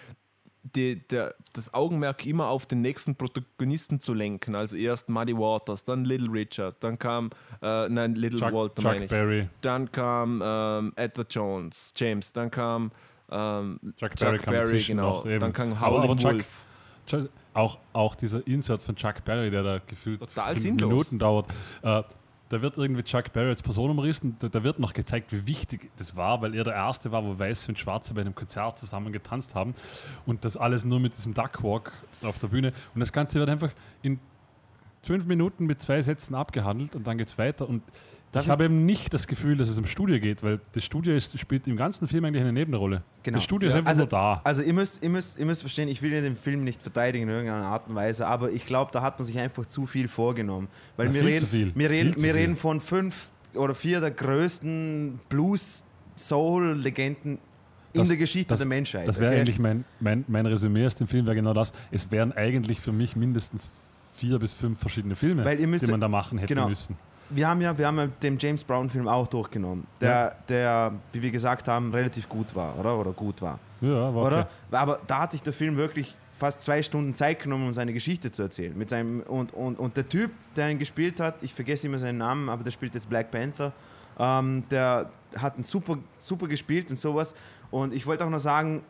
S3: das Augenmerk immer auf den nächsten Protagonisten zu lenken. Also erst Muddy Waters, dann Little Richard, dann kam Walter,
S2: Chuck Berry.
S3: Dann kam Etta James, dann kam
S2: Chuck Berry,
S3: genau.
S2: Noch,
S3: dann kam Howlin' Wolf.
S2: Auch dieser Insert von Chuck Berry, der da gefühlt
S3: total
S2: 5
S3: sinnlos.
S2: Minuten dauert. Da wird irgendwie Chuck Berry als Person umrissen. Da wird noch gezeigt, wie wichtig das war, weil er der Erste war, wo Weiße und Schwarze bei einem Konzert zusammen getanzt haben. Und das alles nur mit diesem Duckwalk auf der Bühne. Und das Ganze wird einfach in 5 Minuten mit 2 Sätzen abgehandelt und dann geht es weiter. Und ich habe eben nicht das Gefühl, dass es im Studio geht, weil das Studio spielt im ganzen Film eigentlich eine Nebenrolle.
S1: Genau.
S2: Das Studio ist einfach nur da.
S1: Also ihr müsst verstehen, ich will den Film nicht verteidigen in irgendeiner Art und Weise, aber ich glaube, da hat man sich einfach zu viel vorgenommen. Weil wir reden von 5 oder 4 der größten Blues-Soul-Legenden in der Geschichte der Menschheit.
S2: Das wäre eigentlich mein Resümee aus dem Film, wäre genau das. Es wären eigentlich für mich mindestens 4 bis 5 verschiedene Filme, die man da machen hätte müssen.
S1: Wir haben ja den James Brown-Film auch durchgenommen, der, wie wir gesagt haben, relativ gut war, oder gut war.
S2: Ja, war
S1: oder?
S2: Okay.
S1: Aber da hat sich der Film wirklich fast 2 Stunden Zeit genommen, um seine Geschichte zu erzählen. Und der Typ, der ihn gespielt hat, ich vergesse immer seinen Namen, aber der spielt jetzt Black Panther, der hat ihn super gespielt und sowas. Und ich wollte auch noch sagen,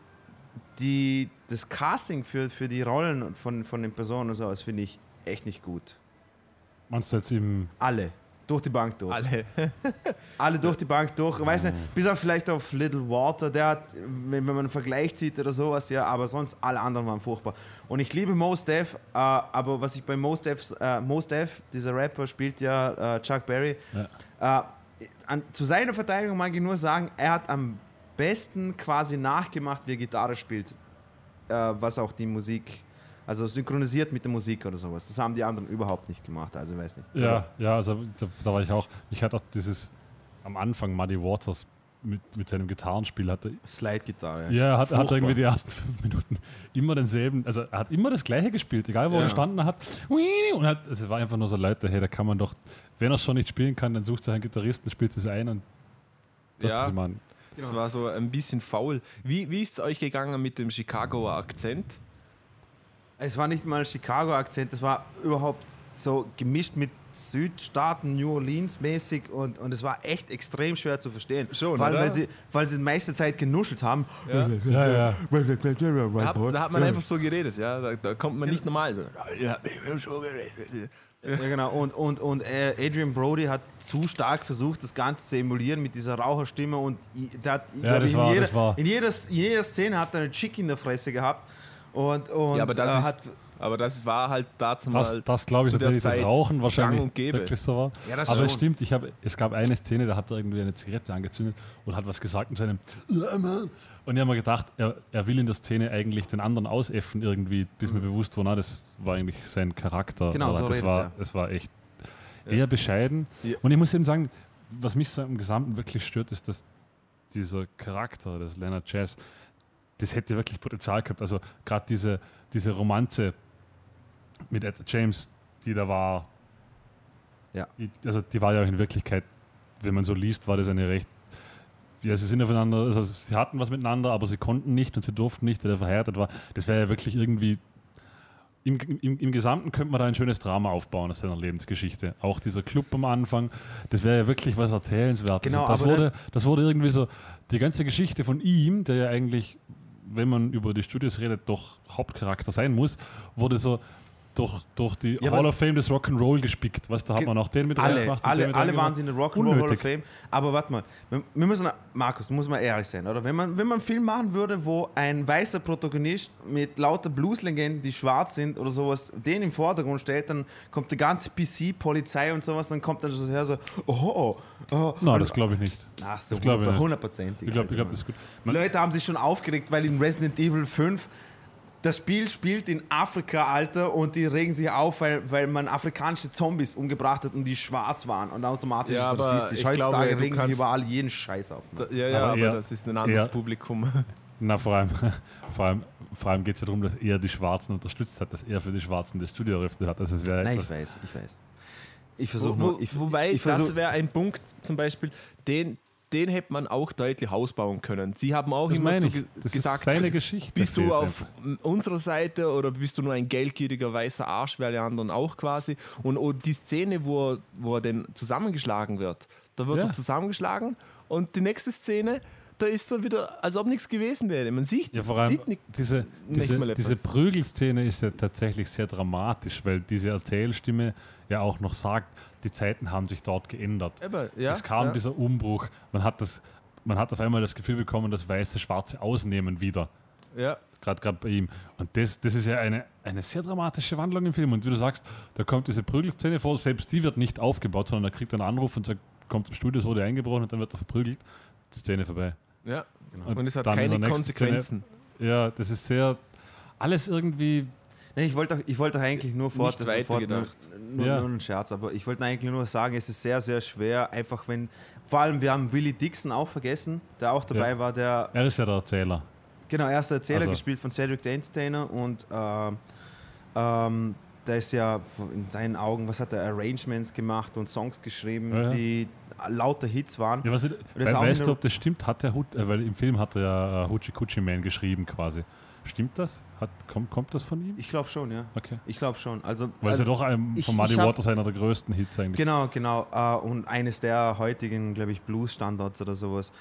S1: das Casting für die Rollen von den Personen und sowas finde ich echt nicht gut.
S2: Meinst du jetzt
S1: Alle. Durch die Bank durch. Alle durch die Bank durch. Weiß nicht, bis auf vielleicht auf Little Walter, der hat, wenn man einen Vergleich zieht oder sowas, ja, aber sonst alle anderen waren furchtbar. Und ich liebe Mos Def, aber was ich bei Mos Def, dieser Rapper, spielt ja Chuck Berry. Ja. Zu seiner Verteidigung mag ich nur sagen, er hat am besten quasi nachgemacht, wie er Gitarre spielt, was auch die Musik, also synchronisiert mit der Musik oder sowas. Das haben die anderen überhaupt nicht gemacht, also ich weiß nicht.
S2: Ja, also da war ich auch. Ich hatte auch dieses am Anfang Muddy Waters mit seinem Gitarrenspiel hatte.
S1: Slide-Gitarre.
S2: Ja, hat irgendwie die ersten 5 Minuten immer denselben, also er hat immer das Gleiche gespielt, egal wo er gestanden hat. Und es war einfach nur so Leute, hey, da kann man doch, wenn er es schon nicht spielen kann, dann sucht sich einen Gitarristen, spielt es ein und das machen.
S3: Das war so ein bisschen faul. Wie ist es euch gegangen mit dem Chicagoer Akzent?
S1: Es war nicht mal Chicago-Akzent, es war überhaupt so gemischt mit Südstaaten, New Orleans mäßig und es war echt extrem schwer zu verstehen.
S3: Schon,
S1: vor allem, weil sie die meiste Zeit genuschelt haben.
S3: Ja. Da hat man einfach so geredet, ja. Da kommt man nicht normal so. Ja, so geredet.
S1: Ja, genau. Und Adrian Brody hat zu stark versucht, das Ganze zu emulieren mit dieser Raucherstimme und der hat, in jeder Szene hat er eine Chick in der Fresse gehabt.
S3: Ja, aber das war halt dazu mal.
S2: Das glaube ich tatsächlich, das Rauchen wahrscheinlich wirklich so war.
S1: Ja, das
S2: aber
S1: schon.
S2: Es stimmt, es gab eine Szene, da hat er irgendwie eine Zigarette angezündet und hat was gesagt in seinem und ich habe mir gedacht, er will in der Szene eigentlich den anderen ausäffen irgendwie, bis mir bewusst wurde, das war eigentlich sein Charakter.
S1: Genau, so
S2: das war echt eher bescheiden. Ja. Und ich muss eben sagen, was mich so im Gesamten wirklich stört, ist, dass dieser Charakter des Leonard Chess, das hätte wirklich Potenzial gehabt. Also gerade diese Romanze mit Etta James, die da war, die war ja in Wirklichkeit, wenn man so liest, war das eine recht, sie sind aufeinander, also sie hatten was miteinander, aber sie konnten nicht und sie durften nicht, weil er verheiratet war. Das wäre ja wirklich irgendwie, im Gesamten könnte man da ein schönes Drama aufbauen aus seiner Lebensgeschichte. Auch dieser Club am Anfang, das wäre ja wirklich was Erzählenswertes.
S1: Genau,
S2: das wurde irgendwie so, die ganze Geschichte von ihm, der ja eigentlich, wenn man über die Studios redet, doch Hauptcharakter sein muss, wurde so durch die Hall of Fame des Rock'n'Roll gespickt. Da hat man auch den mit
S1: reingemacht. Alle waren sie in der Rock'n'Roll Hall of Fame. Aber warte mal, wir müssen, Markus, du musst mal ehrlich sein, oder? Wenn man einen Film machen würde, wo ein weißer Protagonist mit lauter Blues-Legenden, die schwarz sind oder sowas, den im Vordergrund stellt, dann kommt die ganze PC, Polizei und sowas, dann kommt dann so her so,
S2: Nein, das glaube ich nicht.
S1: Ach so, 100%.
S2: Ich glaube, das ist gut.
S1: Die Leute haben sich schon aufgeregt, weil in Resident Evil 5 das Spiel spielt in Afrika, Alter, und die regen sich auf, weil man afrikanische Zombies umgebracht hat und die schwarz waren und automatisch ist das rassistisch. Heutzutage regen sich überall jeden Scheiß auf.
S3: Ne? Aber das ist ein anderes Publikum.
S2: Na, vor allem geht es ja darum, dass er die Schwarzen unterstützt hat, dass er für die Schwarzen das Studio eröffnet hat. Also
S1: Nein, ich weiß. Ich versuche
S3: das wäre ein Punkt, zum Beispiel, den hätte man auch deutlich ausbauen können. Sie haben auch immer gesagt,
S2: seine Geschichte,
S3: bist du auf unserer Seite oder bist du nur ein geldgieriger weißer Arsch, wie alle anderen auch quasi. Und die Szene, wo er denn zusammengeschlagen wird, da wird er zusammengeschlagen und die nächste Szene, da ist er wieder, als ob nichts gewesen wäre. Man sieht,
S2: vor allem diese Prügelszene ist ja tatsächlich sehr dramatisch, weil diese Erzählstimme ja auch noch sagt, die Zeiten haben sich dort geändert. Es kam dieser Umbruch. Man hat auf einmal das Gefühl bekommen, dass Weiße Schwarze ausnehmen wieder.
S3: Ja.
S2: Gerade bei ihm. Und das ist ja eine sehr dramatische Wandlung im Film. Und wie du sagst, da kommt diese Prügelszene vor, selbst die wird nicht aufgebaut, sondern er kriegt einen Anruf und sagt, kommt zum Studio, es wurde eingebrochen und dann wird er verprügelt. Die Szene vorbei.
S3: Ja, genau. Und es hat keine Konsequenzen.
S2: Szene, das ist sehr, alles irgendwie...
S1: Nein, ich wollte eigentlich nur nur ein Scherz, aber ich wollte eigentlich nur sagen, es ist sehr, sehr schwer, einfach vor allem wir haben Willie Dixon auch vergessen, der auch dabei war, er
S2: ist ja der Erzähler.
S1: Genau, er ist der Erzähler, gespielt von Cedric the Entertainer und der ist ja in seinen Augen, was hat er, Arrangements gemacht und Songs geschrieben, die lauter Hits waren.
S2: Ja, weißt du, ob das stimmt? Weil im Film hat er ja Hoochie Coochie Man geschrieben quasi. Stimmt das? Kommt das von ihm?
S1: Ich glaube schon, ja.
S2: Okay.
S1: Ich glaube schon. Weil
S2: es ja doch von Muddy Waters einer der größten Hits eigentlich.
S1: Genau. Und eines der heutigen, glaube ich, Blues-Standards oder sowas.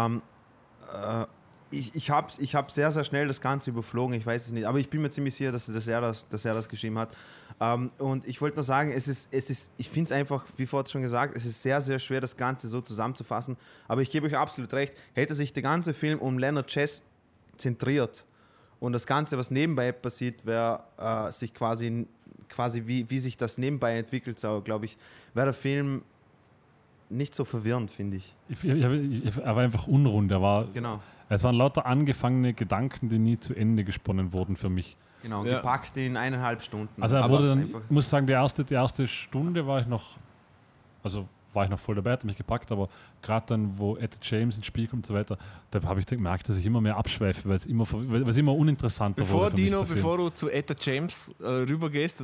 S1: Ich hab sehr, sehr schnell das Ganze überflogen, ich weiß es nicht, aber ich bin mir ziemlich sicher, dass er das geschrieben hat. Und ich wollte nur sagen, ich finde es einfach, wie vorhin schon gesagt, es ist sehr, sehr schwer, das Ganze so zusammenzufassen. Aber ich gebe euch absolut recht, hätte sich der ganze Film um Leonard Chess zentriert und das Ganze, was nebenbei passiert, wäre sich quasi wie sich das nebenbei entwickelt, so, glaube ich, wäre der Film nicht so verwirrend, finde ich.
S2: Er war einfach unrund.
S1: Genau.
S2: Es waren lauter angefangene Gedanken, die nie zu Ende gesponnen wurden für mich.
S1: Genau, gepackt in 1,5 Stunden.
S2: Also ich muss sagen, die erste Stunde war ich noch voll dabei, hat mich gepackt, aber gerade dann, wo Etta James ins Spiel kommt und so weiter, da habe ich gemerkt, dass ich immer mehr abschweife, weil es immer uninteressanter wurde für mich.
S3: Bevor du zu Etta James rübergehst,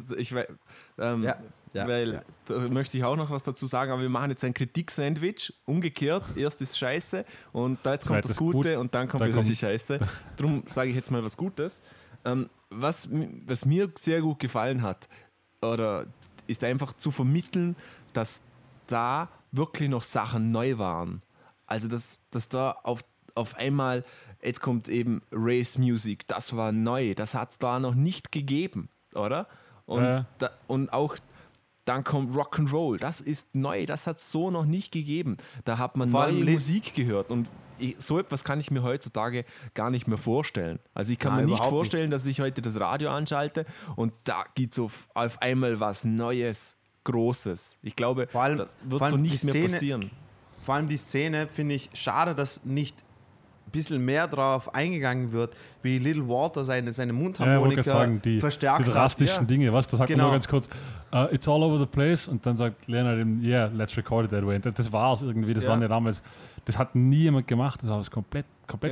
S3: weil da möchte ich auch noch was dazu sagen, aber wir machen jetzt ein Kritik-Sandwich, umgekehrt, erst ist Scheiße und da jetzt kommt das Gute und dann kommt die Scheiße. Darum sage ich jetzt mal was Gutes. Was mir sehr gut gefallen hat, oder ist einfach zu vermitteln, dass da wirklich noch Sachen neu waren. Also dass da auf einmal, jetzt kommt eben Race Music, das war neu, das hat es da noch nicht gegeben, oder? Und auch dann kommt Rock'n'Roll, das ist neu, das hat es so noch nicht gegeben. Da hat man neue Musik gehört und so etwas kann ich mir heutzutage gar nicht mehr vorstellen. Also ich kann mir nicht vorstellen, dass ich heute das Radio anschalte und da gibt es auf einmal was Neues, Großes. Ich glaube, das wird so nicht mehr passieren.
S1: Vor allem die Szene finde ich schade, dass nicht ein bisschen mehr drauf eingegangen wird, wie Little Walter seine Mundharmonika verstärkt hat.
S2: Die drastischen Dinge, was? Da sagt man nur ganz kurz, it's all over the place und dann sagt Leonard eben, yeah, let's record it that way. Und das war es irgendwie, das war ja damals, das hat nie jemand gemacht, das war was komplett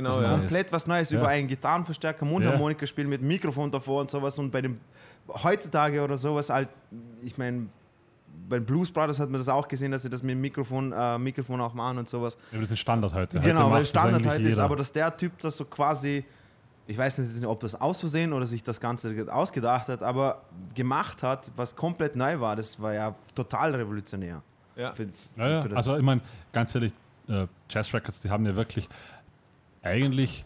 S1: was Neues über einen Gitarrenverstärker, Mundharmonika spielen mit Mikrofon davor und sowas und bei dem heutzutage oder sowas halt, ich meine, bei den Blues Brothers hat man das auch gesehen, dass sie das mit dem Mikrofon auch machen und sowas.
S2: Ja, das ist ein Standard heute.
S1: Genau, weil Standard heute ist, aber dass der Typ das so quasi, ich weiß nicht, ob das aus Versehen oder sich das Ganze ausgedacht hat, aber gemacht hat, was komplett neu war, das war ja total revolutionär.
S2: Ja. Also ich meine, ganz ehrlich, Jazz Records, die haben ja wirklich eigentlich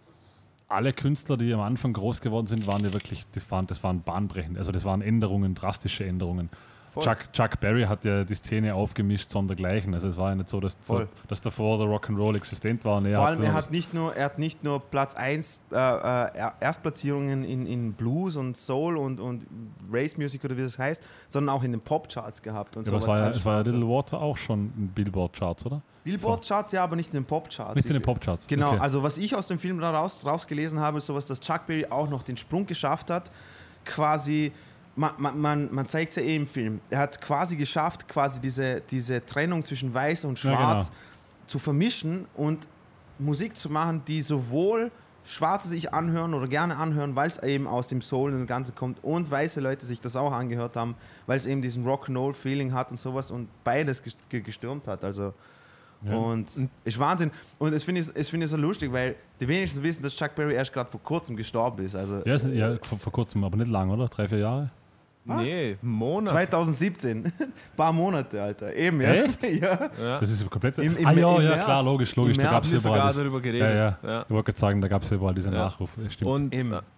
S2: alle Künstler, die am Anfang groß geworden sind, waren ja wirklich, das waren bahnbrechend, also das waren Änderungen, drastische Änderungen. Chuck Berry hat ja die Szene aufgemischt, sondergleichen. Also es war ja nicht so, dass davor der Rock'n'Roll existent war.
S1: Vor allem, er hat nicht nur Platz 1 Erstplatzierungen in Blues und Soul und Race Music oder wie das heißt, sondern auch in den Popcharts gehabt. Und
S2: es war ja Little Water auch schon in Billboard-Charts, oder?
S1: Billboard-Charts, ja, aber nicht in den Popcharts.
S2: Nicht in den Popcharts.
S1: Genau, okay. Also was ich aus dem Film rausgelesen habe, ist sowas, dass Chuck Berry auch noch den Sprung geschafft hat, quasi. Man zeigt es ja im Film. Er hat quasi geschafft, diese Trennung zwischen Weiß und Schwarz zu vermischen und Musik zu machen, die sowohl Schwarze sich anhören oder gerne anhören, weil es eben aus dem Soul und dem Ganzen kommt und weiße Leute sich das auch angehört haben, weil es eben diesen Rock'n'Roll-Feeling hat und sowas und beides gestürmt hat. Also und ist Wahnsinn. Und das finde ich so lustig, weil die wenigsten wissen, dass Chuck Berry erst gerade vor kurzem gestorben ist. Also,
S2: vor kurzem, aber nicht lang, oder? 3-4 Jahre?
S1: Was? Nee, Monat. 2017. Ein paar Monate, Alter. Eben, ja.
S2: Echt?
S1: Ja.
S2: Das ist komplett... klar, logisch. Da gab es
S3: sogar darüber geredet.
S2: Ja. Ich wollte gerade sagen, da gab es überall diesen Nachruf.
S3: Stimmt.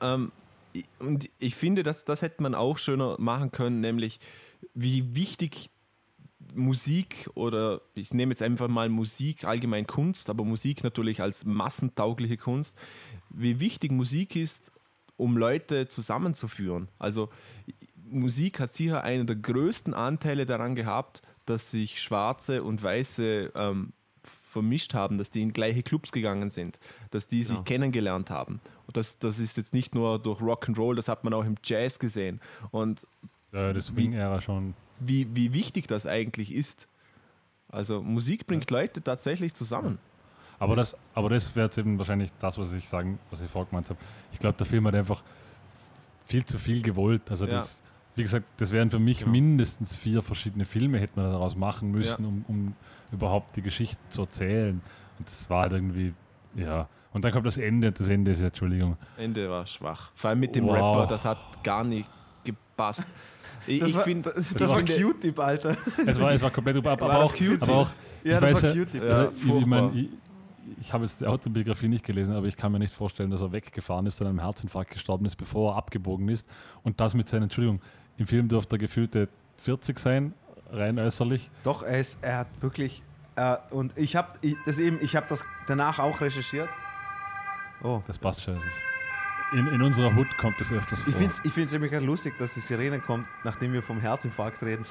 S3: Und ich finde, das hätte man auch schöner machen können, nämlich wie wichtig Musik oder ich nehme jetzt einfach mal Musik, allgemein Kunst, aber Musik natürlich als massentaugliche Kunst, wie wichtig Musik ist, um Leute zusammenzuführen. Also Musik hat sicher einen der größten Anteile daran gehabt, dass sich Schwarze und Weiße vermischt haben, dass die in gleiche Clubs gegangen sind, dass die sich kennengelernt haben. Und das ist jetzt nicht nur durch Rock'n'Roll, das hat man auch im Jazz gesehen. Und
S2: das Swing-Ära schon.
S3: Wie wichtig das eigentlich ist. Also Musik bringt Leute tatsächlich zusammen.
S2: Aber das wäre jetzt eben wahrscheinlich das, was ich vorher gemeint habe. Ich glaube, der Film hat einfach viel zu viel gewollt. Also das, wie gesagt, das wären für mich mindestens 4 verschiedene Filme, hätte man daraus machen müssen, um überhaupt die Geschichte zu erzählen. Und das war halt irgendwie, Und dann kommt das Ende, Entschuldigung.
S3: Ende war schwach. Vor allem mit dem Rapper, das hat gar nicht gepasst.
S1: Das war Q-Tip, Alter.
S2: Es war komplett aber auch Q-Tip.
S1: Ja, das war Q-Tip.
S2: Ich habe jetzt die Autobiografie nicht gelesen, aber ich kann mir nicht vorstellen, dass er weggefahren ist, an einem Herzinfarkt gestorben ist, bevor er abgebogen ist. Und das mit seinen, Entschuldigung, im Film dürfte er gefühlte 40 sein, rein äußerlich.
S1: Doch, er hat wirklich, und ich habe das danach auch recherchiert.
S2: Oh. Das passt schon. In unserer Hut kommt es öfters vor.
S1: Ich finde es nämlich ganz lustig, dass die Sirene kommt, nachdem wir vom Herzinfarkt reden.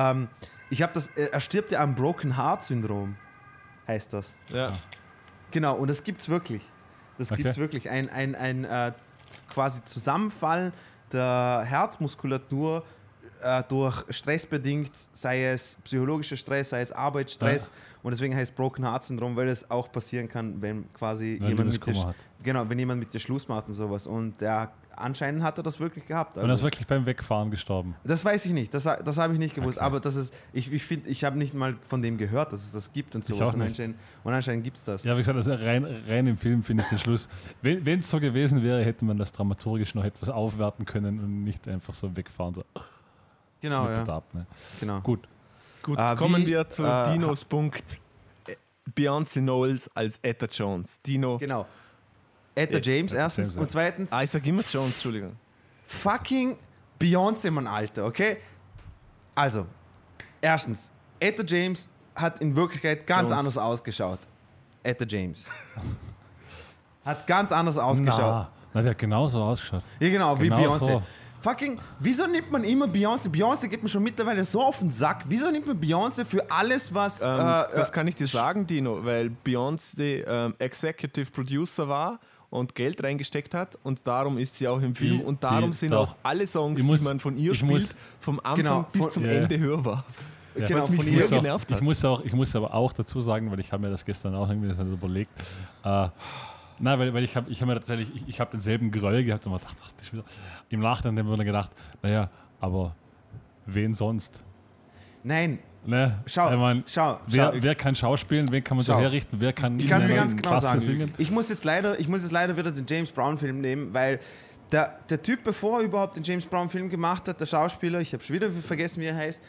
S1: Er stirbt ja am Broken Heart Syndrom, heißt das.
S3: Ja.
S1: Genau, und das gibt es wirklich. Gibt's wirklich. Ein quasi Zusammenfall der Herzmuskulatur durch Stress bedingt, sei es psychologischer Stress, sei es Arbeitsstress. Und deswegen heißt Broken Heart Syndrom, weil es auch passieren kann, wenn quasi jemand mit dir Schluss macht und sowas. Und anscheinend hat er das wirklich gehabt.
S2: Und er ist wirklich beim Wegfahren gestorben.
S1: Das weiß ich nicht, das habe ich nicht gewusst. Okay. Aber ich habe nicht mal von dem gehört, dass es das gibt und sowas. Und anscheinend gibt es das.
S2: Ja, wie gesagt, also rein im Film finde ich den Schluss. Wenn es so gewesen wäre, hätte man das dramaturgisch noch etwas aufwerten können und nicht einfach so wegfahren. So.
S1: Genau, ja.
S2: Ab, ne?
S1: Genau.
S2: Gut,
S3: kommen wir zu Dinos Punkt. Beyoncé Knowles als Etta Jones. Dino.
S1: Genau. Etta James erstens.
S2: James, ja.
S1: Und zweitens,
S3: Ich sag immer Jones, Entschuldigung.
S1: fucking Beyoncé, Mann, Alter, okay? Also, erstens, Etta James hat in Wirklichkeit ganz anders ausgeschaut. Etta James. Hat ganz anders ausgeschaut.
S2: Na, der hat genauso ausgeschaut.
S1: Ja, genau, wie
S2: Genau
S1: Beyoncé.
S2: so.
S1: Fucking, wieso nimmt man immer Beyoncé? Beyoncé geht mir schon mittlerweile so auf den Sack. Wieso nimmt man Beyoncé für alles, was...
S3: das kann ich dir sagen, Dino, weil Beyoncé Executive Producer war und Geld reingesteckt hat und darum ist sie auch im Film und darum sind auch alle Songs, die man von ihr spielt, vom Anfang bis zum Ende hörbar.
S2: Ja.
S1: Genau,
S3: Was mich sehr genervt hat.
S2: Ich muss aber auch dazu sagen, weil ich habe mir das gestern auch irgendwie so überlegt. Nein, weil ich habe mir tatsächlich, ich habe denselben Groll gehabt und mir gedacht, im Nachhinein habe ich mir gedacht, naja, aber wen sonst?
S1: Nein,
S2: Ne?
S1: schau.
S2: Wer kann schauspielen, wen kann man so herrichten, wer kann
S1: ich kann es dir ganz genau sagen.
S2: Singen?
S1: Ich muss jetzt leider wieder den James Brown-Film nehmen, weil der Typ, bevor er überhaupt den James Brown-Film gemacht hat, der Schauspieler, ich habe schon wieder vergessen, wie er heißt,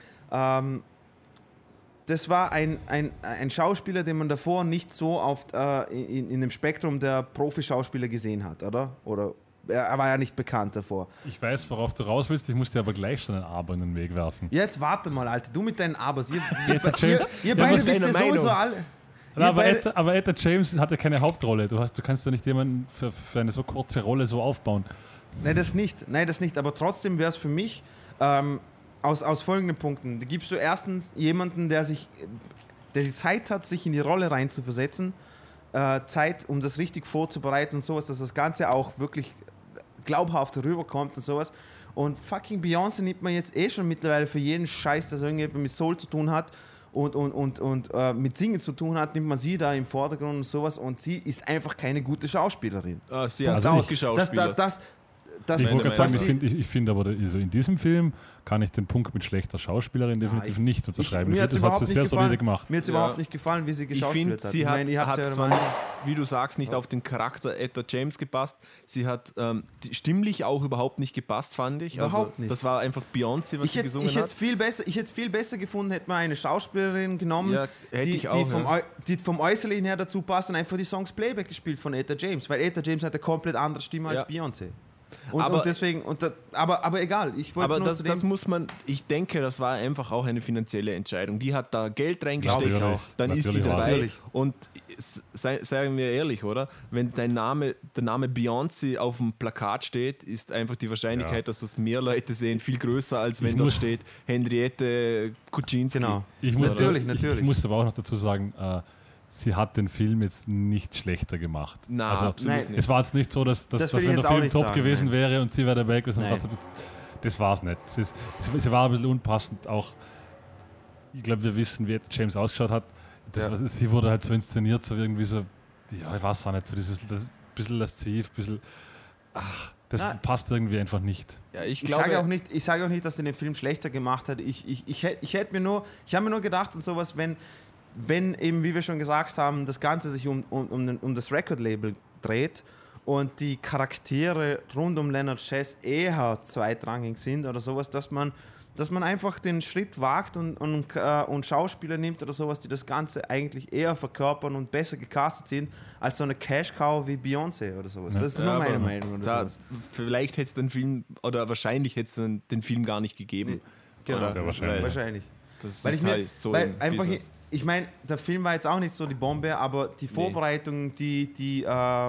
S1: das war ein Schauspieler, den man davor nicht so oft in dem Spektrum der Profi-Schauspieler gesehen hat, oder? Oder er war ja nicht bekannt davor.
S2: Ich weiß, worauf du raus willst, ich muss dir aber gleich schon ein Aber in den Weg werfen.
S1: Jetzt warte mal, Alter, du mit deinen Abers. Ihr
S2: James,
S1: beide wisst ja sowieso alle...
S2: Aber Etta James hatte keine Hauptrolle. Du kannst ja nicht jemanden für eine so kurze Rolle so aufbauen.
S1: Nein, das nicht. Aber trotzdem wäre es für mich aus folgenden Punkten. Da gibst du erstens jemanden, der die Zeit hat, sich in die Rolle reinzuversetzen, Zeit, um das richtig vorzubereiten und sowas, dass das Ganze auch wirklich glaubhaft rüberkommt und sowas. Und fucking Beyoncé nimmt man jetzt schon mittlerweile für jeden Scheiß, der irgendwie mit Soul zu tun hat und mit Singen zu tun hat, nimmt man sie da im Vordergrund und sowas und sie ist einfach keine gute Schauspielerin.
S3: Sie hat auch geschauspielert.
S2: Ich finde aber, also in diesem Film kann ich den Punkt mit schlechter Schauspielerin definitiv nicht unterschreiben.
S1: Das hat sie sehr solide
S2: gemacht.
S1: Mir hat es überhaupt nicht gefallen, wie sie geschauspielert hat.
S3: Sie hat zwar nicht, wie du sagst, nicht auf den Charakter Etta James gepasst. Sie hat stimmlich auch überhaupt nicht gepasst, fand ich.
S1: Überhaupt nicht.
S3: Das war einfach Beyoncé, was sie gesungen hat.
S1: Ich hätte es viel besser gefunden, hätte man eine Schauspielerin genommen, die vom Äußerlichen her dazu passt und einfach die Songs Playback gespielt von Etta James. Weil Etta James hat eine komplett andere Stimme als Beyoncé. Aber egal, ich wollte nur zu dem...
S3: Das muss man, ich denke, das war einfach auch eine finanzielle Entscheidung. Die hat da Geld reingesteckt, dann ist die dabei.
S1: Natürlich.
S3: Und sagen wir ehrlich, oder? Wenn der Name Beyoncé auf dem Plakat steht, ist einfach die Wahrscheinlichkeit, dass das mehr Leute sehen, viel größer, als wenn dort steht Henriette Kuczynski.
S1: Genau.
S2: Natürlich. Ich muss aber auch noch dazu sagen, sie hat den Film jetzt nicht schlechter gemacht.
S3: Nein, absolut nicht.
S2: Es war jetzt nicht so, dass wenn der Film top gewesen wäre und sie wäre dabei gewesen, das war es nicht. Sie war ein bisschen unpassend. Auch, ich glaube, wir wissen, wie James ausgeschaut hat. Sie wurde halt so inszeniert, so irgendwie so, ja, ich weiß auch nicht, so dieses bisschen lasziv, das passt irgendwie einfach nicht.
S1: Ja, ich sage auch nicht, dass er den Film schlechter gemacht hat. Ich habe mir nur gedacht und sowas, wenn eben, wie wir schon gesagt haben, das Ganze sich um das Record-Label dreht und die Charaktere rund um Leonard Chess eher zweitrangig sind oder sowas, dass man einfach den Schritt wagt und Schauspieler nimmt oder sowas, die das Ganze eigentlich eher verkörpern und besser gecastet sind, als so eine Cash-Cow wie Beyoncé oder sowas. Ja. Das ist nur meine Meinung. Oder sowas.
S3: Vielleicht hätte es den Film, oder wahrscheinlich hätte es den Film gar nicht gegeben.
S1: Genau,
S2: oder?
S1: Wahrscheinlich. Ich meine, der Film war jetzt auch nicht so die Bombe, aber die Vorbereitung, die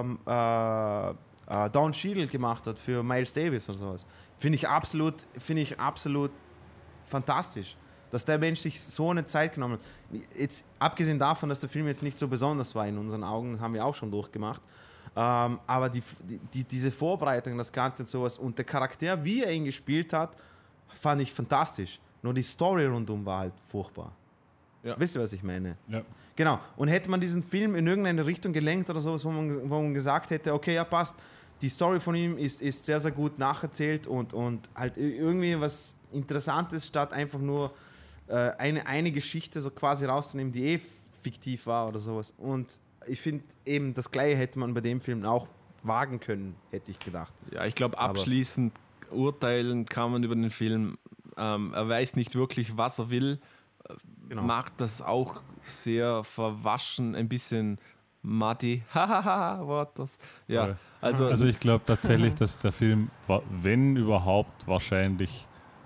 S1: Don Cheadle gemacht hat für Miles Davis und sowas, finde ich absolut fantastisch, dass der Mensch sich so eine Zeit genommen hat. Jetzt, abgesehen davon, dass der Film jetzt nicht so besonders war in unseren Augen, das haben wir auch schon durchgemacht, aber diese Vorbereitung, das Ganze und sowas und der Charakter, wie er ihn gespielt hat, fand ich fantastisch. Nur die Story rundum war halt furchtbar. Ja. Wisst ihr, was ich meine? Ja. Genau. Und hätte man diesen Film in irgendeine Richtung gelenkt oder sowas, wo man gesagt hätte, okay, ja, passt, die Story von ihm ist sehr, sehr gut nacherzählt und halt irgendwie was Interessantes, statt einfach nur eine Geschichte so quasi rauszunehmen, die fiktiv war oder sowas. Und ich finde eben, das Gleiche hätte man bei dem Film auch wagen können, hätte ich gedacht.
S3: Ja, ich glaube, abschließend urteilen kann man über den Film er weiß nicht wirklich, was er will. Genau. Macht das auch sehr verwaschen, ein bisschen muddy. Wort das. Ja,
S2: also ich glaube tatsächlich, dass der Film, wenn überhaupt, wahrscheinlich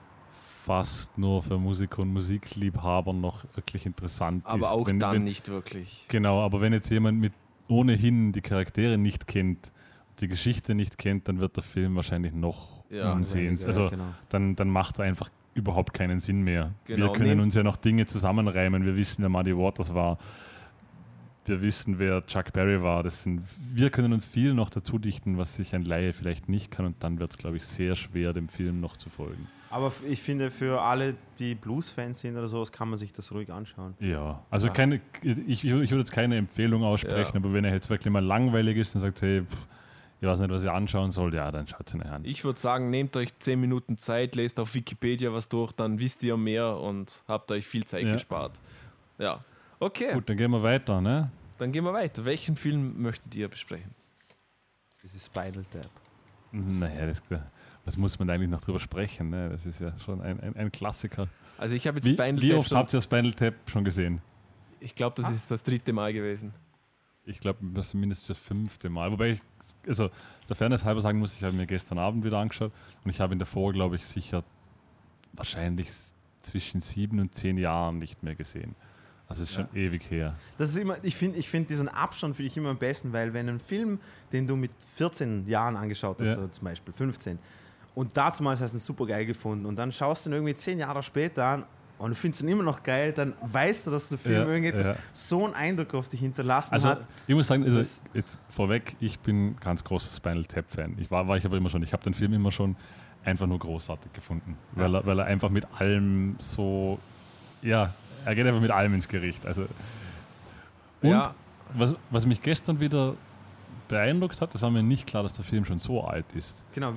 S2: fast nur für Musiker und Musikliebhaber noch wirklich interessant ist.
S3: Aber auch dann nicht wirklich.
S2: Genau, aber wenn jetzt jemand mit ohnehin die Charaktere nicht kennt, die Geschichte nicht kennt, dann wird der Film wahrscheinlich noch unsehens. Also dann macht er einfach überhaupt keinen Sinn mehr. Genau, wir können uns ja noch Dinge zusammenreimen. Wir wissen, wer Muddy Waters war. Wir wissen, wer Chuck Berry war. Wir können uns viel noch dazu dichten, was sich ein Laie vielleicht nicht kann. Und dann wird es, glaube ich, sehr schwer, dem Film noch zu folgen.
S1: Aber ich finde, für alle, die Blues-Fans sind oder sowas, kann man sich das ruhig anschauen.
S2: Ja, also ich würde jetzt keine Empfehlung aussprechen, aber wenn er jetzt wirklich mal langweilig ist und sagt, hey, ich weiß nicht, was ihr anschauen soll, ja, dann schaut es ihn an.
S3: Ich würde sagen, nehmt euch 10 Minuten Zeit, lest auf Wikipedia was durch, dann wisst ihr mehr und habt euch viel Zeit gespart. Ja, okay.
S2: Gut, dann gehen wir weiter, ne?
S3: Dann gehen wir weiter. Welchen Film möchtet ihr besprechen?
S1: Das ist Spinal Tap.
S2: Naja, was muss man eigentlich noch drüber sprechen? Ne? Das ist ja schon ein Klassiker.
S3: Also ich habe jetzt Spinal Tap.
S2: Wie oft habt ihr Spinal Tap schon gesehen?
S3: Ich glaube, das ist das 3. Mal gewesen.
S2: Ich glaube, das ist mindestens das 5. Mal. Wobei ich, also der Fairness halber sagen muss, ich habe mir gestern Abend wieder angeschaut und ich habe ihn davor, glaube ich, sicher wahrscheinlich zwischen 7 und 10 Jahren nicht mehr gesehen. Also es ist schon ewig her.
S1: Das ist immer, ich finde diesen Abstand finde ich immer am besten, weil wenn ein Film, den du mit 14 Jahren angeschaut hast, oder zum Beispiel 15, und damals hast du ihn super geil gefunden und dann schaust du ihn irgendwie 10 Jahre später an und du findest ihn immer noch geil, dann weißt du, dass der Film irgendwie so einen Eindruck auf dich hinterlassen hat.
S2: Ich muss sagen, also jetzt vorweg, ich bin ganz großer Spinal Tap Fan. Ich habe den Film immer schon einfach nur großartig gefunden, weil er einfach mit allem so, er geht einfach mit allem ins Gericht. Also, und was mich gestern wieder beeindruckt hat, das war mir nicht klar, dass der Film schon so alt ist.
S1: Genau,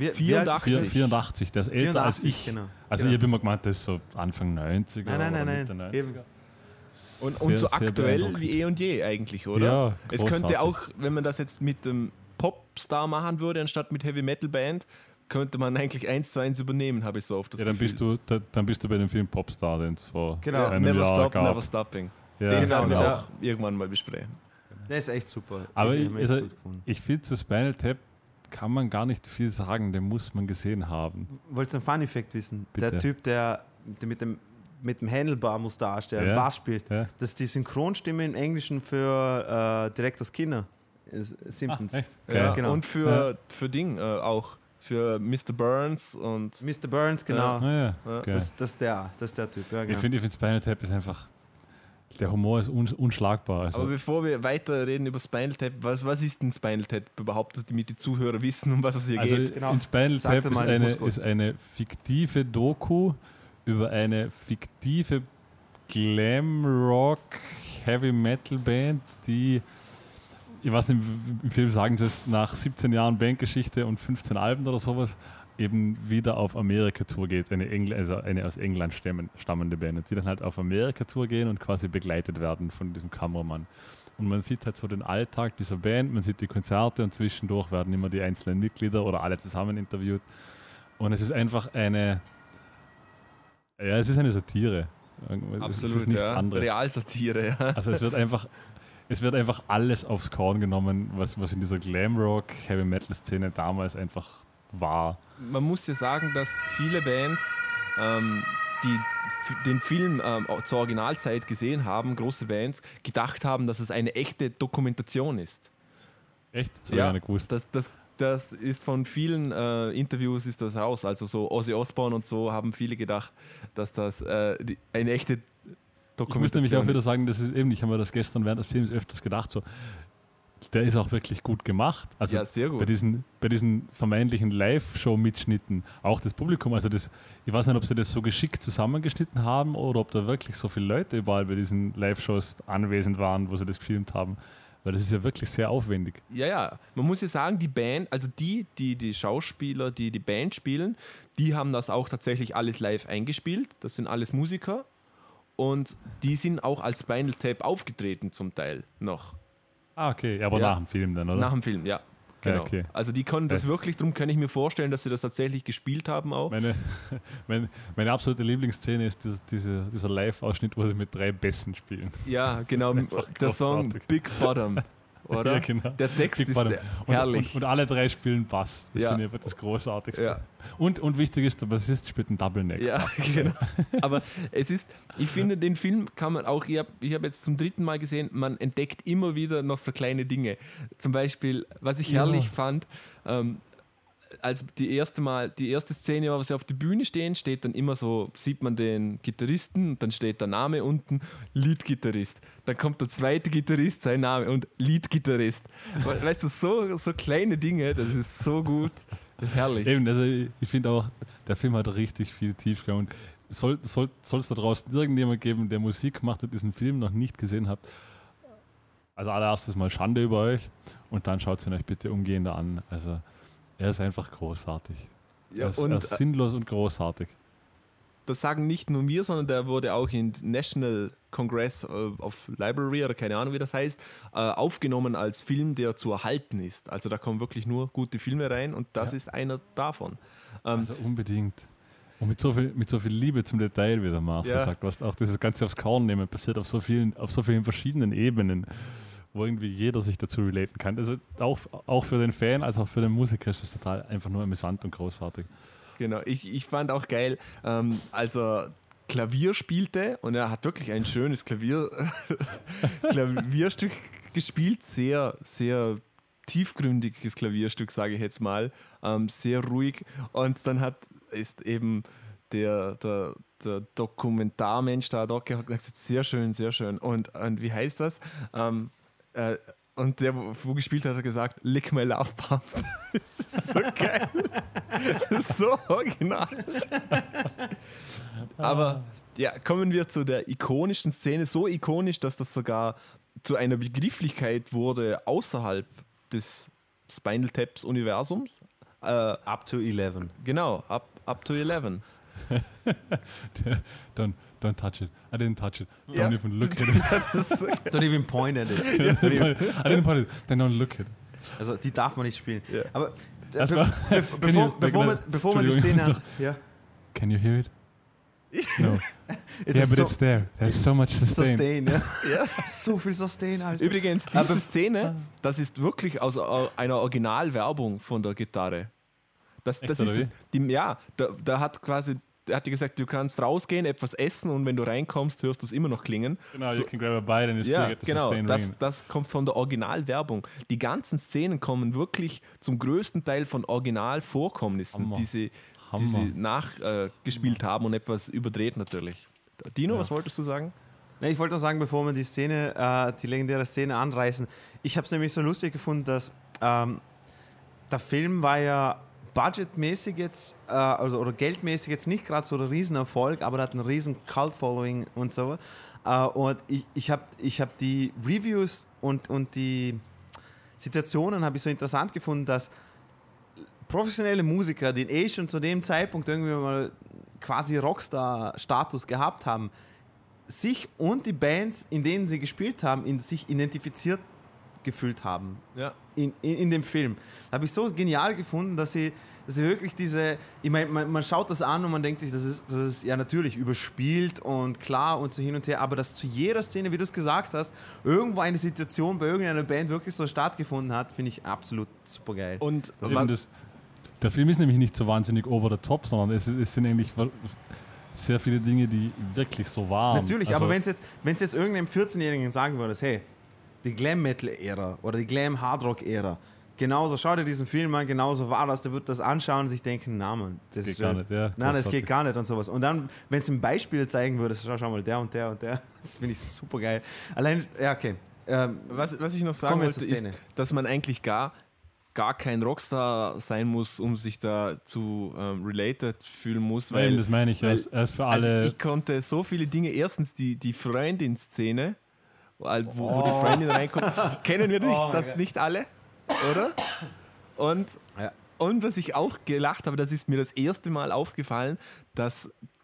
S2: 84, der ist älter als ich.
S1: Genau.
S2: Also ich habe immer gemeint, das ist so Anfang 90er
S1: nein.
S2: Mitte 90er.
S3: Und so aktuell wie eh und je eigentlich, oder?
S2: Ja,
S3: es könnte auch, wenn man das jetzt mit dem Popstar machen würde, anstatt mit Heavy Metal Band, könnte man eigentlich 1:1 übernehmen, habe ich so oft das Gefühl.
S2: Dann bist du bei dem Film Popstar, den es vor einem
S3: Never
S2: Jahr
S3: Stop,
S2: gab.
S3: Never Stopping.
S2: Ja,
S3: den werden wir auch irgendwann mal besprechen.
S1: Der ist echt super.
S2: Aber ich finde, zu Spinal Tap kann man gar nicht viel sagen, den muss man gesehen haben.
S1: Wolltest du einen Fun-Effekt wissen?
S2: Bitte.
S1: Der Typ, der mit dem Handlebar-Mustache, der Bass spielt, das ist die Synchronstimme im Englischen für Directors Kinder. Simpsons.
S2: Echt?
S3: Ja, genau. Und für Ding auch. Für Mr. Burns und...
S1: Mr. Burns, genau.
S2: Okay.
S1: Das ist der Typ. Ja, genau.
S2: Ich finde Spinal Tap ist einfach... Der Humor ist unschlagbar. Also.
S3: Aber bevor wir weiter reden über Spinal Tap, was ist denn Spinal Tap überhaupt, dass die Zuhörer wissen, um was es hier geht?
S2: Genau. In Spinal Tap ist eine fiktive Doku über eine fiktive Glam-Rock Heavy-Metal-Band, die... Ich weiß nicht, im Film sagen sie es, nach 17 Jahren Bandgeschichte und 15 Alben oder sowas, eben wieder auf Amerika-Tour geht. Eine aus England stammende Band, die dann halt auf Amerika-Tour gehen und quasi begleitet werden von diesem Kameramann. Und man sieht halt so den Alltag dieser Band, man sieht die Konzerte und zwischendurch werden immer die einzelnen Mitglieder oder alle zusammen interviewt. Und es ist einfach eine Satire.
S3: Absolut,
S2: es ist nichts anderes.
S3: Realsatire, ja.
S2: Also es wird einfach alles aufs Korn genommen, was in dieser Glamrock Heavy Metal Szene damals einfach war.
S3: Man muss ja sagen, dass viele Bands, die den Film zur Originalzeit gesehen haben, große Bands, gedacht haben, dass es eine echte Dokumentation ist.
S2: Echt? Das habe ich nicht gewusst.
S3: Das ist von vielen Interviews ist das raus. Also so Ozzy Osbourne und so haben viele gedacht, dass das eine echte
S2: Ich muss nämlich auch wieder sagen, das ist eben, ich habe mir das gestern während des Films öfters gedacht, so, der ist auch wirklich gut gemacht. Also
S3: ja, sehr gut.
S2: Bei diesen vermeintlichen Live-Show-Mitschnitten, auch das Publikum, also ich weiß nicht, ob sie das so geschickt zusammengeschnitten haben oder ob da wirklich so viele Leute überall bei diesen Live-Shows anwesend waren, wo sie das gefilmt haben. Weil das ist ja wirklich sehr aufwendig.
S3: Ja. Man muss ja sagen, die Band, also die Schauspieler, die Band spielen, die haben das auch tatsächlich alles live eingespielt. Das sind alles Musiker. Und die sind auch als Spinal Tap aufgetreten zum Teil noch.
S2: Ah, okay. Aber nach dem Film dann, oder?
S3: Nach dem Film, ja. Genau. Okay. Also die konnten das wirklich, darum kann ich mir vorstellen, dass sie das tatsächlich gespielt haben auch.
S2: Meine absolute Lieblingsszene ist dieser Live-Ausschnitt, wo sie mit 3 Bässen spielen.
S3: Ja, genau, der Song Big Bottom, oder?
S2: Ja, genau.
S3: Der Text ist herrlich.
S2: Und alle 3 spielen Bass. Das finde ich einfach das Großartigste. Ja. Und wichtig ist, der Bassist spielt einen Double Neck.
S3: Ja, genau. Aber ich finde, den Film kann man auch, ich hab jetzt zum 3. Mal gesehen, man entdeckt immer wieder noch so kleine Dinge. Zum Beispiel, was ich herrlich fand, als die erste Szene, wo sie auf der Bühne stehen, steht dann immer so, sieht man den Gitarristen, dann steht der Name unten, Lead-Gitarrist. Dann kommt der zweite Gitarrist, sein Name und Lead-Gitarrist. Weißt du, so kleine Dinge, das ist so gut. Herrlich.
S2: Eben, also ich finde auch, der Film hat richtig viel Tiefgang. Und soll es da draußen irgendjemand geben, der Musik macht und diesen Film noch nicht gesehen hat, also allererstes mal Schande über euch und dann schaut ihn euch bitte umgehender an. Also er ist einfach großartig. Ja, er ist sinnlos und großartig.
S3: Das sagen nicht nur wir, sondern der wurde auch in National Congress of Library oder keine Ahnung, wie das heißt, aufgenommen als Film, der zu erhalten ist. Also da kommen wirklich nur gute Filme rein und das ist einer davon.
S2: Also unbedingt. Und mit so viel Liebe zum Detail, wie der Marcel sagt, was auch dieses Ganze aufs Korn nehmen, passiert auf so vielen verschiedenen Ebenen, wo irgendwie jeder sich dazu relaten kann. Also auch für den Fan, als auch für den Musiker ist das total einfach nur amüsant und großartig.
S3: Genau, ich fand auch geil, als er Klavier spielte und er hat wirklich ein schönes Klavierstück gespielt, sehr, sehr tiefgründiges Klavierstück, sage ich jetzt mal, sehr ruhig und dann ist eben der Dokumentarmensch da gesagt, sehr schön, sehr schön und wie heißt das? Und der, wo gespielt hat, hat gesagt, lick my love pump. Das ist so geil. Das ist so original. Aber ja, kommen wir zu der ikonischen Szene. So ikonisch, dass das sogar zu einer Begrifflichkeit wurde außerhalb des Spinal Taps Universums.
S1: Up to 11.
S3: Genau, up to 11.
S2: Don't touch it. I didn't touch it. Don't even look at it.
S1: Don't even point at it.
S2: I didn't point it. Then don't look at it.
S1: Also die darf man nicht spielen.
S2: Yeah.
S1: Aber bevor man die Szene hat... Ja.
S2: Can you hear it? No. But it's there. There's so much sustain.
S1: Ja. So viel Sustain, Alter.
S3: Übrigens, diese Szene, das ist wirklich aus einer Originalwerbung von der Gitarre. Das ist es. Da hat quasi... Er hat dir gesagt, du kannst rausgehen, etwas essen und wenn du reinkommst, hörst du es immer noch klingen.
S2: Genau, you can grab a bite and you still get the sustain ring.
S3: Das kommt von der Originalwerbung. Die ganzen Szenen kommen wirklich zum größten Teil von Originalvorkommnissen, die sie nachgespielt haben und etwas überdreht natürlich. Dino, was wolltest du sagen?
S1: Ich wollte noch sagen, bevor wir die legendäre Szene anreißen, ich habe es nämlich so lustig gefunden, dass der Film war ja budgetmäßig jetzt, oder geldmäßig jetzt nicht gerade so der Riesenerfolg, aber der hat einen riesen Cult-Following und so. Und ich hab die Reviews und die Situationen habe ich so interessant gefunden, dass professionelle Musiker, die schon zu dem Zeitpunkt irgendwie mal quasi Rockstar-Status gehabt haben, sich und die Bands, in denen sie gespielt haben, sich identifiziert gefühlt haben in dem Film. Habe ich so genial gefunden, dass sie wirklich ich meine, man schaut das an und man denkt sich, das ist ja natürlich überspielt und klar und so hin und her, aber dass zu jeder Szene, wie du es gesagt hast, irgendwo eine Situation bei irgendeiner Band wirklich so stattgefunden hat, finde ich absolut super geil.
S3: Und
S2: der Film ist nämlich nicht so wahnsinnig over the top, sondern es sind eigentlich sehr viele Dinge, die wirklich so waren.
S1: Natürlich, also, aber wenn es jetzt irgendeinem 14-Jährigen sagen würdest, hey, die Glam-Metal-Ära oder die Glam-Hardrock-Ära, genauso, schau dir diesen Film an, genauso war das, der wird das anschauen und sich denken, na man, das geht gar nicht, das geht gar nicht und sowas. Und dann, wenn es ein Beispiel zeigen würdest, schau mal, der und der und der, das finde ich super geil. Allein, ja, okay.
S3: Was ich noch sagen wollte, ist, dass man eigentlich gar kein Rockstar sein muss, um sich da zu related fühlen muss.
S2: Weil das meine ich, erst für alle.
S3: Also ich konnte so viele Dinge, erstens die Freundin-Szene, wo die Freundin reinkommt, kennen wir das nicht alle, oder? Und was ich auch gelacht habe, das ist mir das erste Mal aufgefallen, dass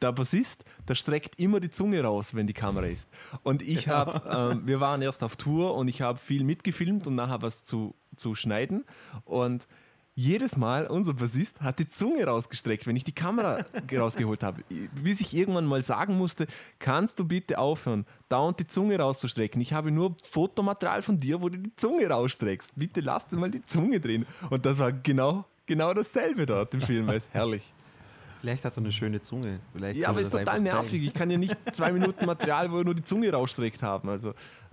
S3: der Bassist, der streckt immer die Zunge raus, wenn die Kamera ist. Und wir waren erst auf Tour und ich habe viel mitgefilmt und nachher was zu schneiden. Und jedes Mal, unser Bassist hat die Zunge rausgestreckt, wenn ich die Kamera rausgeholt habe. Bis ich irgendwann mal sagen musste, kannst du bitte aufhören, dauernd die Zunge rauszustrecken. Ich habe nur Fotomaterial von dir, wo du die Zunge rausstreckst. Bitte lass dir mal die Zunge drin. Und das war genau dasselbe dort im Film. Das ist herrlich.
S1: Vielleicht hat er eine schöne Zunge. Vielleicht
S3: ja, aber es ist total nervig. Ich kann ja nicht 2 Minuten Material, wo wir nur die Zunge rausstreckt haben. Also,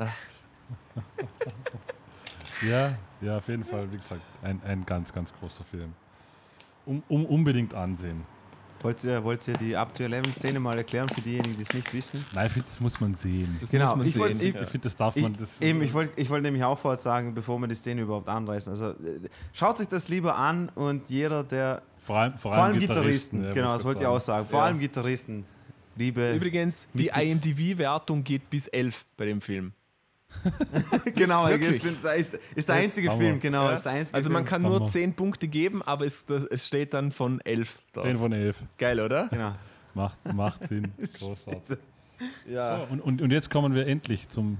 S2: Ja, auf jeden Fall, wie gesagt, ein ganz, ganz großer Film. Unbedingt ansehen.
S1: Wollt ihr die Up to 11 Szene mal erklären für diejenigen, die es nicht wissen?
S2: Nein, ich finde, das muss man sehen.
S1: Ich finde,
S2: das darf man.
S1: Ich wollte nämlich auch vorher sagen, bevor wir die Szene überhaupt anreißen. Also schaut sich das lieber an und jeder, der...
S2: Vor allem Gitarristen.
S1: Genau, das wollte ich auch sagen. Vor allem Gitarristen.
S3: Übrigens, die IMDb-Wertung geht bis 11 bei dem Film.
S1: Genau, ist der einzige Film, genau.
S3: Ja.
S1: Ist der einzige
S3: also man
S1: Film.
S3: kann nur 10 Punkte geben, aber es steht dann von 11 drauf.
S2: 10 von 11.
S3: Geil, oder?
S1: Genau.
S2: Macht Sinn. Großartig.
S3: Ja.
S2: So, und jetzt kommen wir endlich zum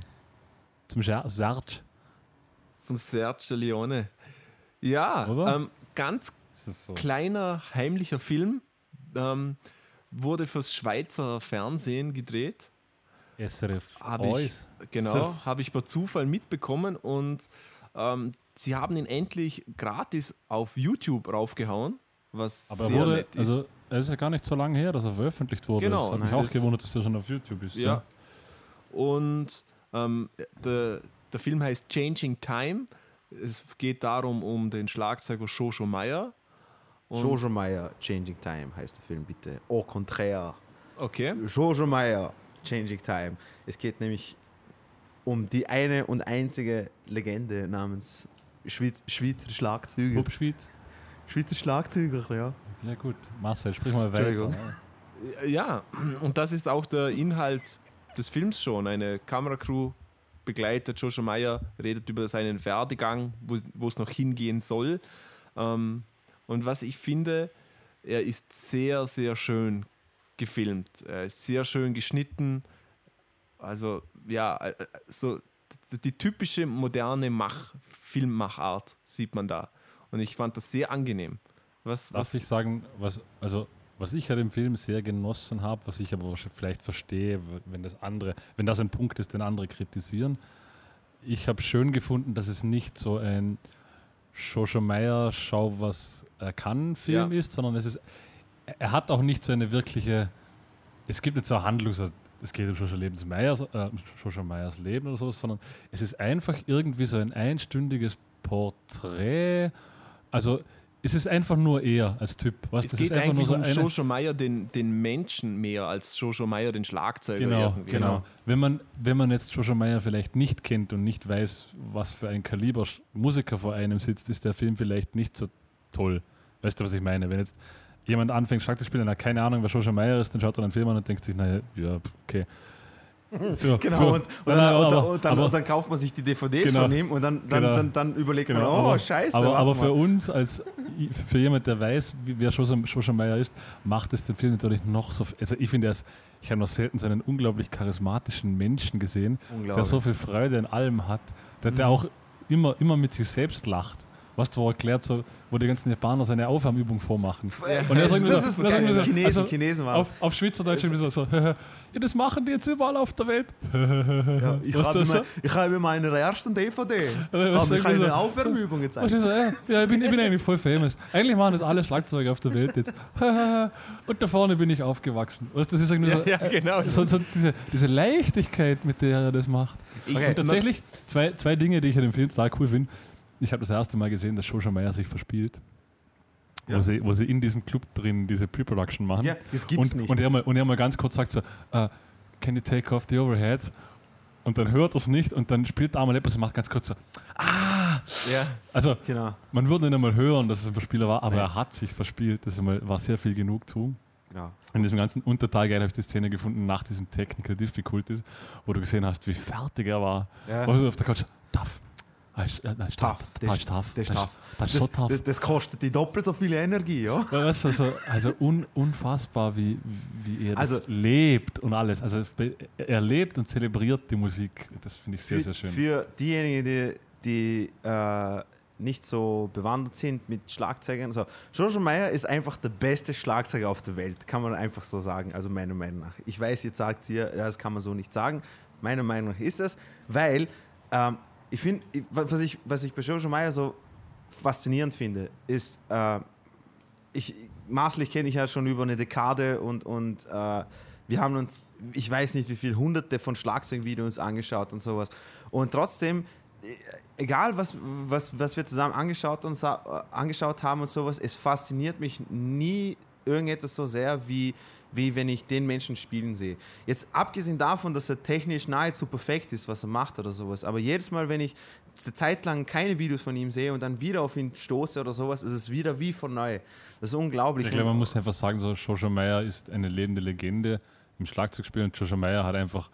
S2: Serge.
S3: Zum Sergio Leone. Ja, ganz
S2: so?
S3: Kleiner, heimlicher Film. Wurde fürs Schweizer Fernsehen gedreht.
S2: SRF
S3: Habe ich per Zufall mitbekommen und sie haben ihn endlich gratis auf YouTube raufgehauen, was
S2: aber
S3: sehr nett ist.
S2: Also es ist ja gar nicht so lange her, dass er veröffentlicht wurde.
S3: Genau.
S2: Das hat mich auch gewundert, dass er schon auf YouTube ist.
S3: Ja. Und der Film heißt Changing Time. Es geht darum, um den Schlagzeuger Jojo Meyer.
S1: Jojo Meyer, Changing Time heißt der Film, bitte. Au contraire.
S3: Okay.
S1: Jojo Meyer, Changing Time. Es geht nämlich um die eine und einzige Legende namens Schweizer Schlagzeuger. Schweizer Schlagzeuger, ja.
S2: Ja gut, Marcel, sprich mal weiter.
S3: Ja, und das ist auch der Inhalt des Films schon. Eine Kameracrew begleitet Jojo Meyer, redet über seinen Werdegang, wo es noch hingehen soll. Und was ich finde, er ist sehr, sehr schön gefilmt. Er ist sehr schön geschnitten. Also ja, so die typische moderne Filmmachart sieht man da. Und ich fand das sehr angenehm.
S2: Darf ich sagen, was ich ja im Film sehr genossen habe, was ich aber vielleicht verstehe, wenn das ein Punkt ist, den andere kritisieren. Ich habe schön gefunden, dass es nicht so ein Jojo Meyer Schau, was er kann Film ist, sondern er hat auch nicht so eine wirkliche, es gibt nicht so eine Handlung, es geht um Jojo Meyers Leben oder so, sondern es ist einfach irgendwie so ein einstündiges Porträt. Also es ist einfach nur er als Typ.
S3: Es geht eigentlich um Jojo Meyer, den Menschen mehr als Jojo Meyer, den Schlagzeuger.
S2: Genau. Wenn man jetzt Jojo Meyer vielleicht nicht kennt und nicht weiß, was für ein Kaliber Musiker vor einem sitzt, ist der Film vielleicht nicht so toll. Weißt du, was ich meine? Wenn jetzt jemand anfängt, Schlagzeug zu spielen und hat keine Ahnung, wer Jojo Meyer ist, dann schaut er einen Film an und denkt sich, naja, ja, okay.
S1: Und dann kauft man sich die DVDs von ihm und dann überlegt man, scheiße.
S2: Aber für uns, für jemand, der weiß, wer Jojo Meyer ist, macht es den Film natürlich noch so. Also ich finde, ich habe noch selten so einen unglaublich charismatischen Menschen gesehen, der so viel Freude an allem hat, der auch immer mit sich selbst lacht. Was du erklärt, so, wo die ganzen Japaner seine Aufwärmübung vormachen.
S1: Ja.
S2: Und er sagt
S1: das ist so, Chinesen waren.
S2: Auf Schweizerdeutsch so ja, das machen die jetzt überall auf der Welt.
S1: Ja, ich habe meine ersten DVD. Habe ich eine Aufwärmübung gezeigt.
S2: Ich bin eigentlich voll famous. Eigentlich machen das alle Schlagzeuger auf der Welt jetzt. Und da vorne bin ich aufgewachsen. Das ist genau. So diese Leichtigkeit, mit der er das macht. Und tatsächlich zwei Dinge, die ich an dem Film total cool finde. Ich habe das erste Mal gesehen, dass Jojo Meyer sich verspielt. Ja. Wo sie in diesem Club drin diese Pre-Production machen.
S1: Ja, das gibt's nicht.
S2: Und er mal ganz kurz sagt so, can you take off the overheads? Und dann hört er es nicht und dann spielt da mal etwas und macht ganz kurz so,
S1: Ja,
S2: also,
S1: genau.
S2: Man würde nicht einmal hören, dass es ein Verspieler war, aber er hat sich verspielt. Das war sehr viel Genugtuung.
S1: Genau.
S2: In diesem ganzen Unterteil habe ich die Szene gefunden nach diesen Technical Difficulties, wo du gesehen hast, wie fertig er war.
S1: Ja.
S2: Also auf der Couch, tough.
S1: Das kostet die doppelt so viel Energie, ja?
S2: Also unfassbar, wie er das lebt und alles. Also er lebt und zelebriert die Musik. Das finde ich sehr, sehr schön.
S1: Für diejenigen, die nicht so bewandert sind mit Schlagzeugern. So, Jojo Meyer ist einfach der beste Schlagzeuger auf der Welt, kann man einfach so sagen, also meiner Meinung nach. Ich weiß, jetzt sagt ihr, das kann man so nicht sagen. Meiner Meinung nach ist es, weil ich finde, was ich bei Jojo Meyer so faszinierend finde, ist, Maßlich kenne ich ja schon über eine Dekade und wir haben uns, ich weiß nicht wie viel, hunderte von Schlagzeugvideos angeschaut und sowas. Und trotzdem, egal was wir zusammen angeschaut haben und sowas, es fasziniert mich nie irgendetwas so sehr, wie wenn ich den Menschen spielen sehe. Jetzt abgesehen davon, dass er technisch nahezu perfekt ist, was er macht oder sowas, aber jedes Mal, wenn ich eine Zeit lang keine Videos von ihm sehe und dann wieder auf ihn stoße oder sowas, ist es wieder wie von neu. Das ist unglaublich.
S2: Ich glaube, man muss einfach sagen, so Jojo Meyer ist eine lebende Legende im Schlagzeugspiel und Jojo Meyer hat einfach,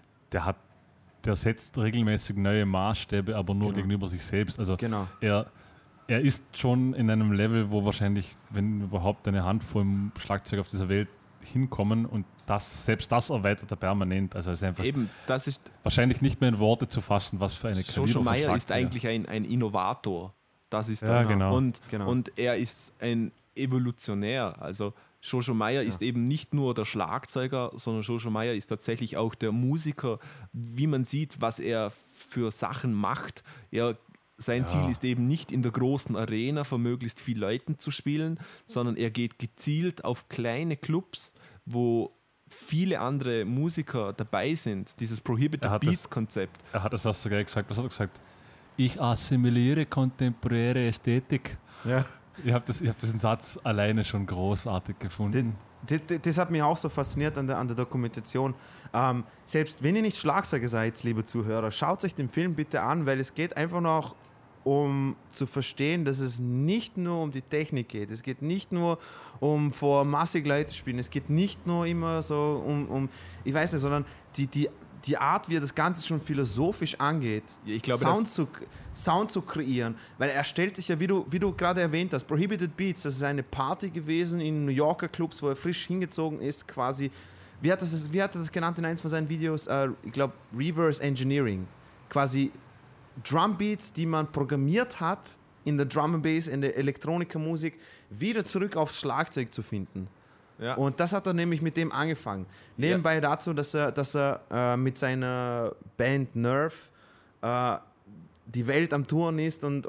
S2: der setzt regelmäßig neue Maßstäbe, aber nur gegenüber sich selbst. Also er ist schon in einem Level, wo wahrscheinlich, wenn überhaupt eine Handvoll Schlagzeug auf dieser Welt hinkommen und selbst das erweitert er permanent. Also es ist einfach
S3: das ist
S2: wahrscheinlich nicht mehr in Worte zu fassen, was für eine Kaliber
S3: Jojo Meyer ist eigentlich ein Innovator. Das ist
S2: genau.
S3: Und er ist ein Evolutionär. Also Jojo Meyer ist eben nicht nur der Schlagzeuger, sondern Jojo Meyer ist tatsächlich auch der Musiker, wie man sieht, was er für Sachen macht. Sein Ziel ist eben nicht in der großen Arena vor möglichst vielen Leuten zu spielen, sondern er geht gezielt auf kleine Clubs, wo viele andere Musiker dabei sind. Dieses Prohibited Beats-Konzept.
S2: Er hat das auch sogar gesagt. Was hat er gesagt? Ich assimiliere kontemporäre Ästhetik.
S1: Ja.
S2: Ich hab diesen Satz alleine schon großartig gefunden.
S1: Das hat mich auch so fasziniert an der Dokumentation. Selbst wenn ihr nicht Schlagzeuger seid, liebe Zuhörer, schaut euch den Film bitte an, weil es geht einfach noch um zu verstehen, dass es nicht nur um die Technik geht. Es geht nicht nur um vor massig Leute zu spielen. Es geht nicht nur immer so um ich weiß nicht, sondern die Art, wie er das Ganze schon philosophisch angeht,
S3: ich glaube,
S1: Sound zu kreieren, weil er stellt sich ja, wie du gerade erwähnt hast, Prohibited Beats, das ist eine Party gewesen in New Yorker Clubs, wo er frisch hingezogen ist, quasi, wie hat er das genannt in eins von seinen Videos, ich glaube Reverse Engineering, quasi Drumbeats, die man programmiert hat in der Drum and Bass, in der Elektronikermusik, wieder zurück aufs Schlagzeug zu finden. Ja. Und das hat er nämlich mit dem angefangen. Nebenbei dazu, dass er mit seiner Band Nerve die Welt am Touren ist und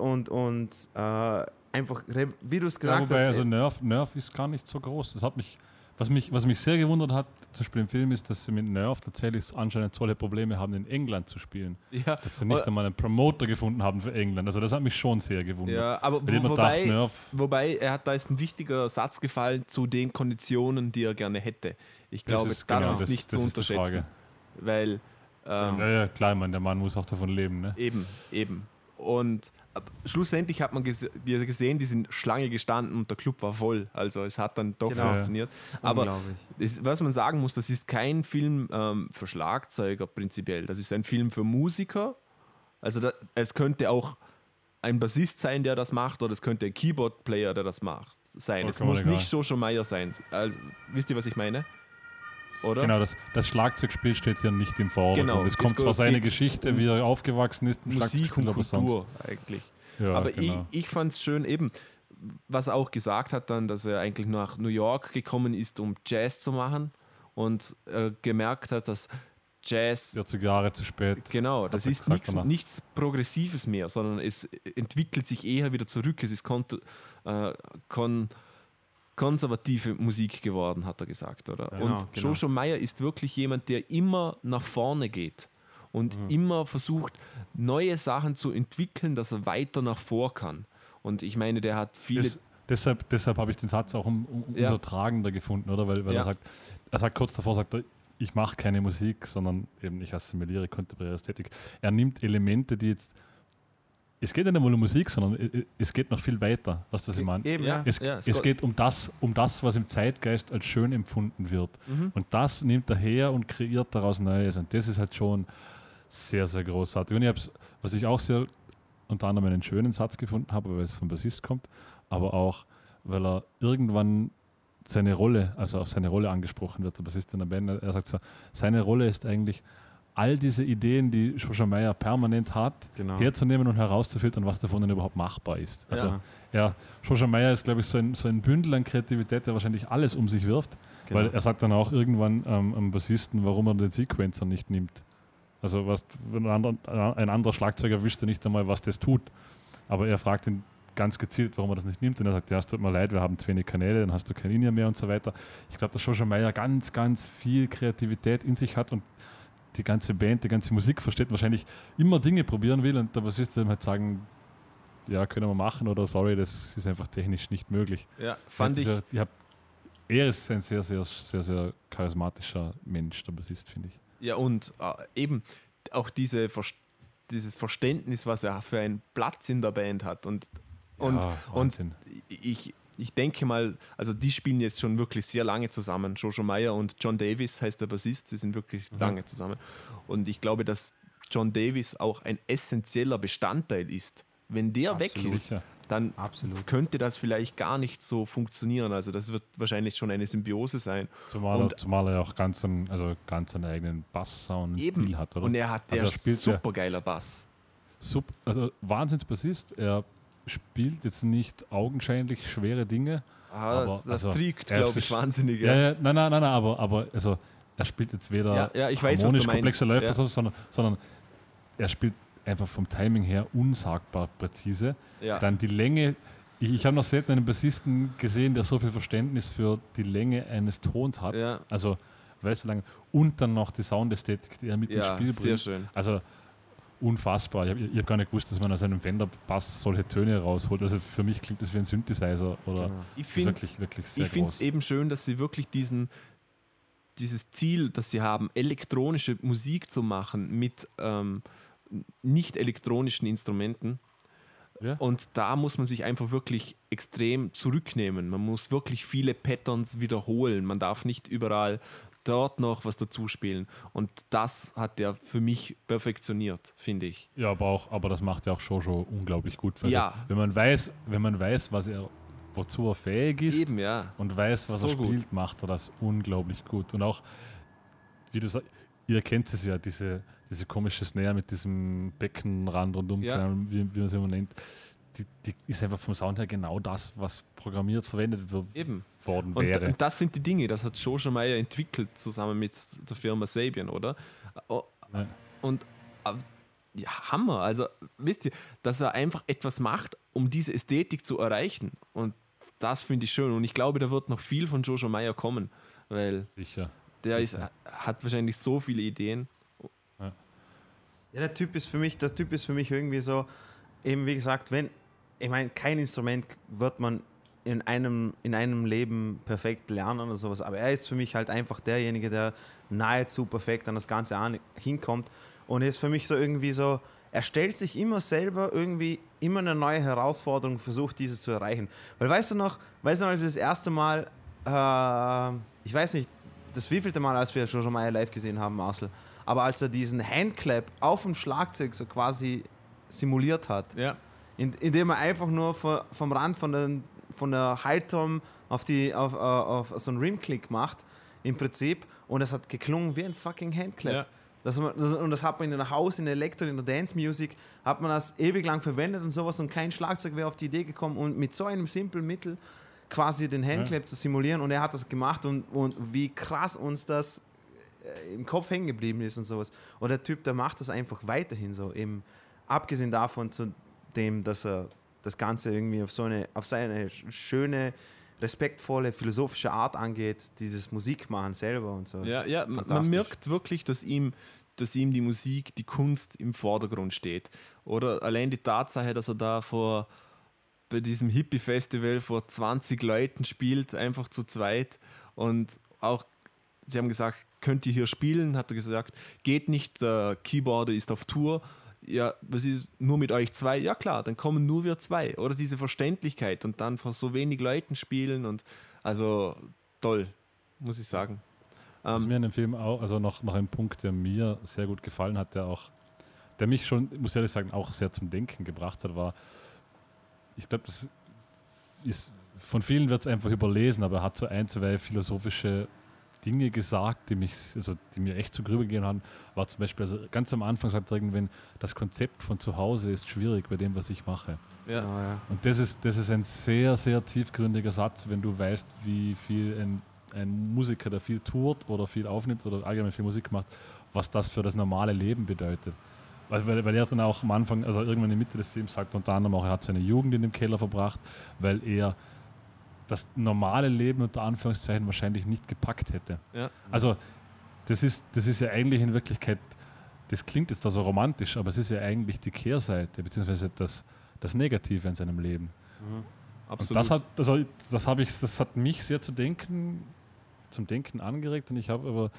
S1: einfach, wie du es gesagt hast.
S2: Also Nerve ist gar nicht so groß. Das hat mich, was mich sehr gewundert hat, zum Beispiel im Film, ist, dass sie mit Nerve tatsächlich anscheinend solche Probleme haben, in England zu spielen. Ja. Dass sie nicht einmal einen Promoter gefunden haben für England. Also das hat mich schon sehr gewundert.
S3: Ja, aber wobei, da ist ein wichtiger Satz gefallen zu den Konditionen, die er gerne hätte. Ich glaube, das ist nicht zu unterschätzen. Weil
S2: ja, klar, der Mann muss auch davon leben. Ne?
S3: Eben. Und schlussendlich hat man gesehen, die sind Schlange gestanden und der Club war voll. Also es hat dann doch funktioniert. Aber was man sagen muss, das ist kein Film für Schlagzeuger prinzipiell. Das ist ein Film für Musiker. Also es könnte auch ein Bassist sein, der das macht, oder es könnte ein Keyboard-Player, der das macht, sein. Es muss nicht Jojo Meyer sein. Also, wisst ihr, was ich meine? Oder?
S2: Genau, das Schlagzeugspiel steht hier nicht im Vordergrund. Genau, es kommt zwar seine Geschichte, wie er aufgewachsen ist,
S3: Musik und Kultur eigentlich.
S2: Ja,
S3: aber ich fand es schön eben, was er auch gesagt hat dann, dass er eigentlich nach New York gekommen ist, um Jazz zu machen und gemerkt hat, dass Jazz
S2: 40 Jahre zu spät.
S3: Genau, das ist nichts Progressives mehr, sondern es entwickelt sich eher wieder zurück. Es ist konservative Musik geworden, hat er gesagt. Oder?
S1: Genau,
S3: und Jojo Meyer ist wirklich jemand, der immer nach vorne geht und immer versucht, neue Sachen zu entwickeln, dass er weiter nach vor kann. Und ich meine, der hat viele...
S2: Deshalb habe ich den Satz auch untertragender gefunden, oder? Weil er sagt kurz davor, sagt er, ich mache keine Musik, sondern eben ich assimiliere kontemporäre Ästhetik. Er nimmt Elemente, die jetzt... Es geht nicht nur um Musik, sondern es geht noch viel weiter, was das ich meine. Es geht um das, was im Zeitgeist als schön empfunden wird. Und das nimmt er her und kreiert daraus Neues. Und das ist halt schon sehr, sehr großartig. Und was ich auch sehr unter anderem einen schönen Satz gefunden habe, weil es vom Bassist kommt, aber auch, weil er irgendwann auf seine Rolle angesprochen wird, der Bassist in der Band. Er sagt so, seine Rolle ist eigentlich, all diese Ideen, die Joshua Meyer permanent hat, herzunehmen und herauszufiltern, was davon denn überhaupt machbar ist. Also Joshua Meyer ist, glaube ich, so ein Bündel an Kreativität, der wahrscheinlich alles um sich wirft, weil er sagt dann auch irgendwann am Bassisten, warum er den Sequencer nicht nimmt. Also ein anderer Schlagzeuger wüsste nicht einmal, was das tut. Aber er fragt ihn ganz gezielt, warum er das nicht nimmt. Und er sagt, ja, es tut mir leid, wir haben zu wenig Kanäle, dann hast du keine Linie mehr und so weiter. Ich glaube, dass Joshua Meyer ganz, ganz viel Kreativität in sich hat und die ganze Band, die ganze Musik versteht, wahrscheinlich immer Dinge probieren will und der Bassist will ihm halt sagen, ja, können wir machen oder sorry, das ist einfach technisch nicht möglich.
S3: Ja, fand ich.
S2: Er ist ein sehr, sehr, sehr, sehr charismatischer Mensch, der Bassist, finde ich.
S3: Ja, und eben auch dieses Verständnis, was er für einen Platz in der Band hat. Und ich denke mal, also die spielen jetzt schon wirklich sehr lange zusammen. Joshua Meyer und John Davis heißt der Bassist, die sind wirklich lange zusammen. Und ich glaube, dass John Davis auch ein essentieller Bestandteil ist. Wenn der weg ist, dann könnte das vielleicht gar nicht so funktionieren. Also das wird wahrscheinlich schon eine Symbiose sein.
S2: Zumal er auch ganz einen eigenen Bass-Sound und Stil hat. Oder?
S3: Und er spielt super geiler Bass.
S2: Also Wahnsinns-Bassist. Er spielt jetzt nicht augenscheinlich schwere Dinge.
S3: Das triegt, glaube ich, wahnsinnig.
S2: Nein, aber also, er spielt jetzt weder harmonisch komplexe Läufe, sondern er spielt einfach vom Timing her unsagbar präzise. Ja. Dann die Länge. Ich habe noch selten einen Bassisten gesehen, der so viel Verständnis für die Länge eines Tons hat. Ja. Also, weiß wie lange. Und dann noch die Soundästhetik, die er mit ins Spiel bringt.
S3: Sehr schön.
S2: Also, unfassbar. Ich hab gar nicht gewusst, dass man aus einem Fender-Bass solche Töne rausholt. Also, für mich klingt das wie ein Synthesizer. Oder
S3: ich finde es eben schön, dass sie wirklich dieses Ziel, das sie haben, elektronische Musik zu machen mit nicht elektronischen Instrumenten. Ja. Und da muss man sich einfach wirklich extrem zurücknehmen. Man muss wirklich viele Patterns wiederholen. Man darf nicht überall dort noch was dazu spielen. Und das hat er für mich perfektioniert, finde ich.
S2: Ja, aber das macht ja auch Jojo unglaublich gut. Also, wenn man weiß, wozu er fähig ist und weiß, was er spielt, gut. Macht er das unglaublich gut. Und auch, wie du sagst, ihr kennt es ja, diese komische Snare mit diesem Beckenrand rundum, wie man es immer nennt, die ist einfach vom Sound her genau das, was programmiert verwendet worden wäre.
S3: Und das sind die Dinge, das hat Joshua Meyer entwickelt, zusammen mit der Firma Sabian, oder? Und Hammer, also wisst ihr, dass er einfach etwas macht, um diese Ästhetik zu erreichen. Und das finde ich schön. Und ich glaube, da wird noch viel von Joshua Meyer kommen, weil hat wahrscheinlich so viele Ideen.
S1: Ja, der Typ ist für mich irgendwie so, eben wie gesagt, kein Instrument wird man in einem Leben perfekt lernen oder sowas, aber er ist für mich halt einfach derjenige, der nahezu perfekt an das Ganze hinkommt und ist für mich so irgendwie so, er stellt sich immer selber irgendwie immer eine neue Herausforderung, versucht diese zu erreichen. Weil weißt du noch, als wir das erste Mal, ich weiß nicht, das wievielte Mal, als wir Joshua Meyer live gesehen haben, Marcel, aber als er diesen Handclap auf dem Schlagzeug so quasi simuliert hat, indem er einfach nur vom Rand von der High-Tom auf so einen Rim-Click macht, im Prinzip, und es hat geklungen wie ein fucking Handclap. Ja. Das hat man in der House, in der Elektro, in der Dance-Music, hat man das ewig lang verwendet und sowas und kein Schlagzeug wäre auf die Idee gekommen und mit so einem simplen Mittel quasi den Handclap zu simulieren und er hat das gemacht und wie krass uns das im Kopf hängen geblieben ist und sowas. Und der Typ, der macht das einfach weiterhin so, eben abgesehen davon zu dem, dass er das Ganze irgendwie auf seine schöne, respektvolle, philosophische Art angeht, dieses Musikmachen selber und so.
S3: Ja, man merkt wirklich, dass ihm die Musik, die Kunst im Vordergrund steht. Oder allein die Tatsache, dass er da bei diesem Hippie-Festival vor 20 Leuten spielt, einfach zu zweit. Und auch, sie haben gesagt, könnt ihr hier spielen? Hat er gesagt, geht nicht, der Keyboarder ist auf Tour. Ja, was ist nur mit euch zwei? Ja klar, dann kommen nur wir zwei. Oder diese Verständlichkeit und dann vor so wenig Leuten spielen und also toll, muss ich sagen.
S2: Was mir in dem Film auch, also noch ein Punkt, der mir sehr gut gefallen hat, der der mich schon, muss ich ehrlich sagen, auch sehr zum Denken gebracht hat, war, ich glaube, das ist, von vielen wird es einfach überlesen, aber er hat so ein, zwei philosophische Dinge gesagt, die mir echt zu grübeln gegeben haben, war zum Beispiel, also ganz am Anfang sagt er irgendwann, das Konzept von zu Hause ist schwierig bei dem, was ich mache.
S3: Ja.
S2: Und das ist ein sehr, sehr tiefgründiger Satz, wenn du weißt, wie viel ein Musiker, der viel tourt oder viel aufnimmt oder allgemein viel Musik macht, was das für das normale Leben bedeutet. Weil er dann auch am Anfang, also irgendwann in der Mitte des Films sagt, unter anderem auch, er hat seine Jugend in dem Keller verbracht, weil er das normale Leben unter Anführungszeichen wahrscheinlich nicht gepackt hätte.
S3: Ja.
S2: Also das ist ja eigentlich in Wirklichkeit, das klingt jetzt da so romantisch, aber es ist ja eigentlich die Kehrseite, beziehungsweise das Negative in seinem Leben.
S3: Absolut.
S2: Und das hat mich sehr zum Denken angeregt, und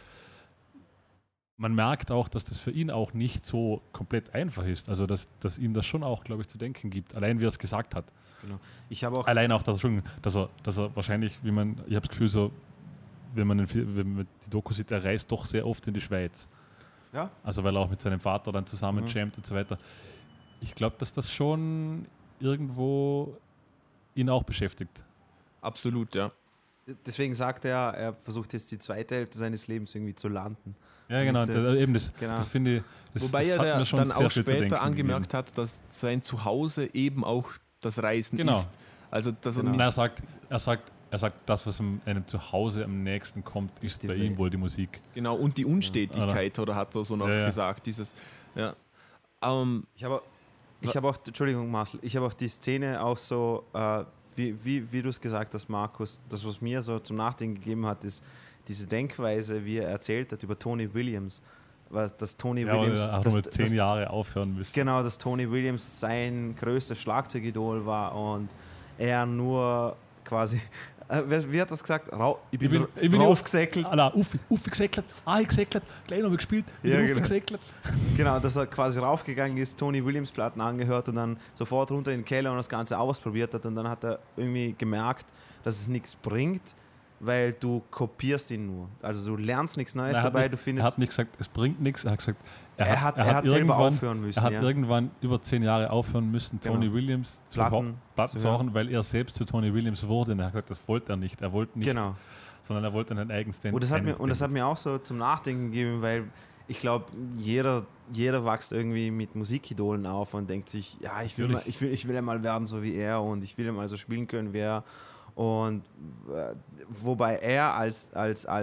S2: man merkt auch, dass das für ihn auch nicht so komplett einfach ist. Also dass ihm das schon auch, glaube ich, zu denken gibt, allein wie er es gesagt hat.
S1: Genau. Ich habe auch
S2: allein auch, dass er wahrscheinlich, ich habe das Gefühl, so, wenn man die Doku sieht, er reist doch sehr oft in die Schweiz.
S1: Ja.
S2: Also weil er auch mit seinem Vater dann zusammen jammt und so weiter. Ich glaube, dass das schon irgendwo ihn auch beschäftigt.
S3: Absolut, ja.
S1: Deswegen sagt er versucht jetzt die zweite Hälfte seines Lebens irgendwie zu landen.
S2: Ja, genau. Das finde ich.
S3: Wobei er dann auch später angemerkt hat, dass sein Zuhause eben auch das Reisen ist. Also, dass
S2: er sagt, das, was einem zu Hause am nächsten kommt, ist bei ihm wohl die Musik.
S3: Genau, und die Unstetigkeit, oder hat er so noch gesagt. Dieses, ja.
S1: Ich habe auch, Entschuldigung Marcel, ich habe auch die Szene auch so, wie du es gesagt hast, Markus, das, was mir so zum Nachdenken gegeben hat, ist diese Denkweise, wie er erzählt hat über Tony Williams. Dass Tony Williams.
S2: Er hat nur 10 Jahre aufhören müssen.
S1: Genau, dass Tony Williams sein größtes Schlagzeugidol war und er nur quasi. Wie hat das gesagt? Ich bin raufgesäckelt.
S2: Uffi gesäckelt. Ich gesäckelt. Gleich noch gespielt.
S1: Uffi gesäckelt. Genau, dass er quasi raufgegangen ist, Tony Williams Platten angehört und dann sofort runter in den Keller und das Ganze ausprobiert hat. Und dann hat er irgendwie gemerkt, dass es nichts bringt, weil du kopierst ihn nur. Also du lernst nichts Neues dabei.
S2: Er hat nicht gesagt, es bringt nichts. Er hat gesagt,
S1: er hat selber aufhören müssen.
S2: Er hat irgendwann über 10 Jahre aufhören müssen, Tony Williams Platten zu hören, weil er selbst zu Tony Williams wurde. Und er hat gesagt, das wollte er nicht. Er wollte nicht, sondern er wollte einen eigenen Stand.
S1: Und das hat mir auch so zum Nachdenken gegeben, weil ich glaube, jeder wächst irgendwie mit Musikidolen auf und denkt sich, ja, ich will ja mal werden so wie er und ich will ja mal so spielen können wie er. Und wobei er als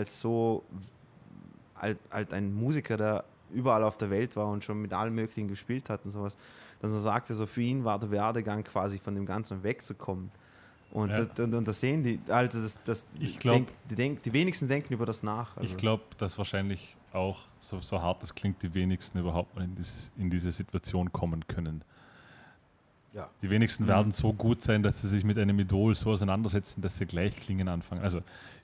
S1: ein Musiker, der überall auf der Welt war und schon mit allen möglichen gespielt hat und sowas, dass er sagte, so für ihn war der Werdegang quasi von dem Ganzen wegzukommen. Und das sehen die, also die wenigsten denken über das nach. Also.
S2: Ich glaube, dass wahrscheinlich auch, so hart das klingt, die wenigsten überhaupt mal in diese Situation kommen können.
S1: Ja.
S2: Die wenigsten werden so gut sein, dass sie sich mit einem Idol so auseinandersetzen, dass sie gleich klingen anfangen. Also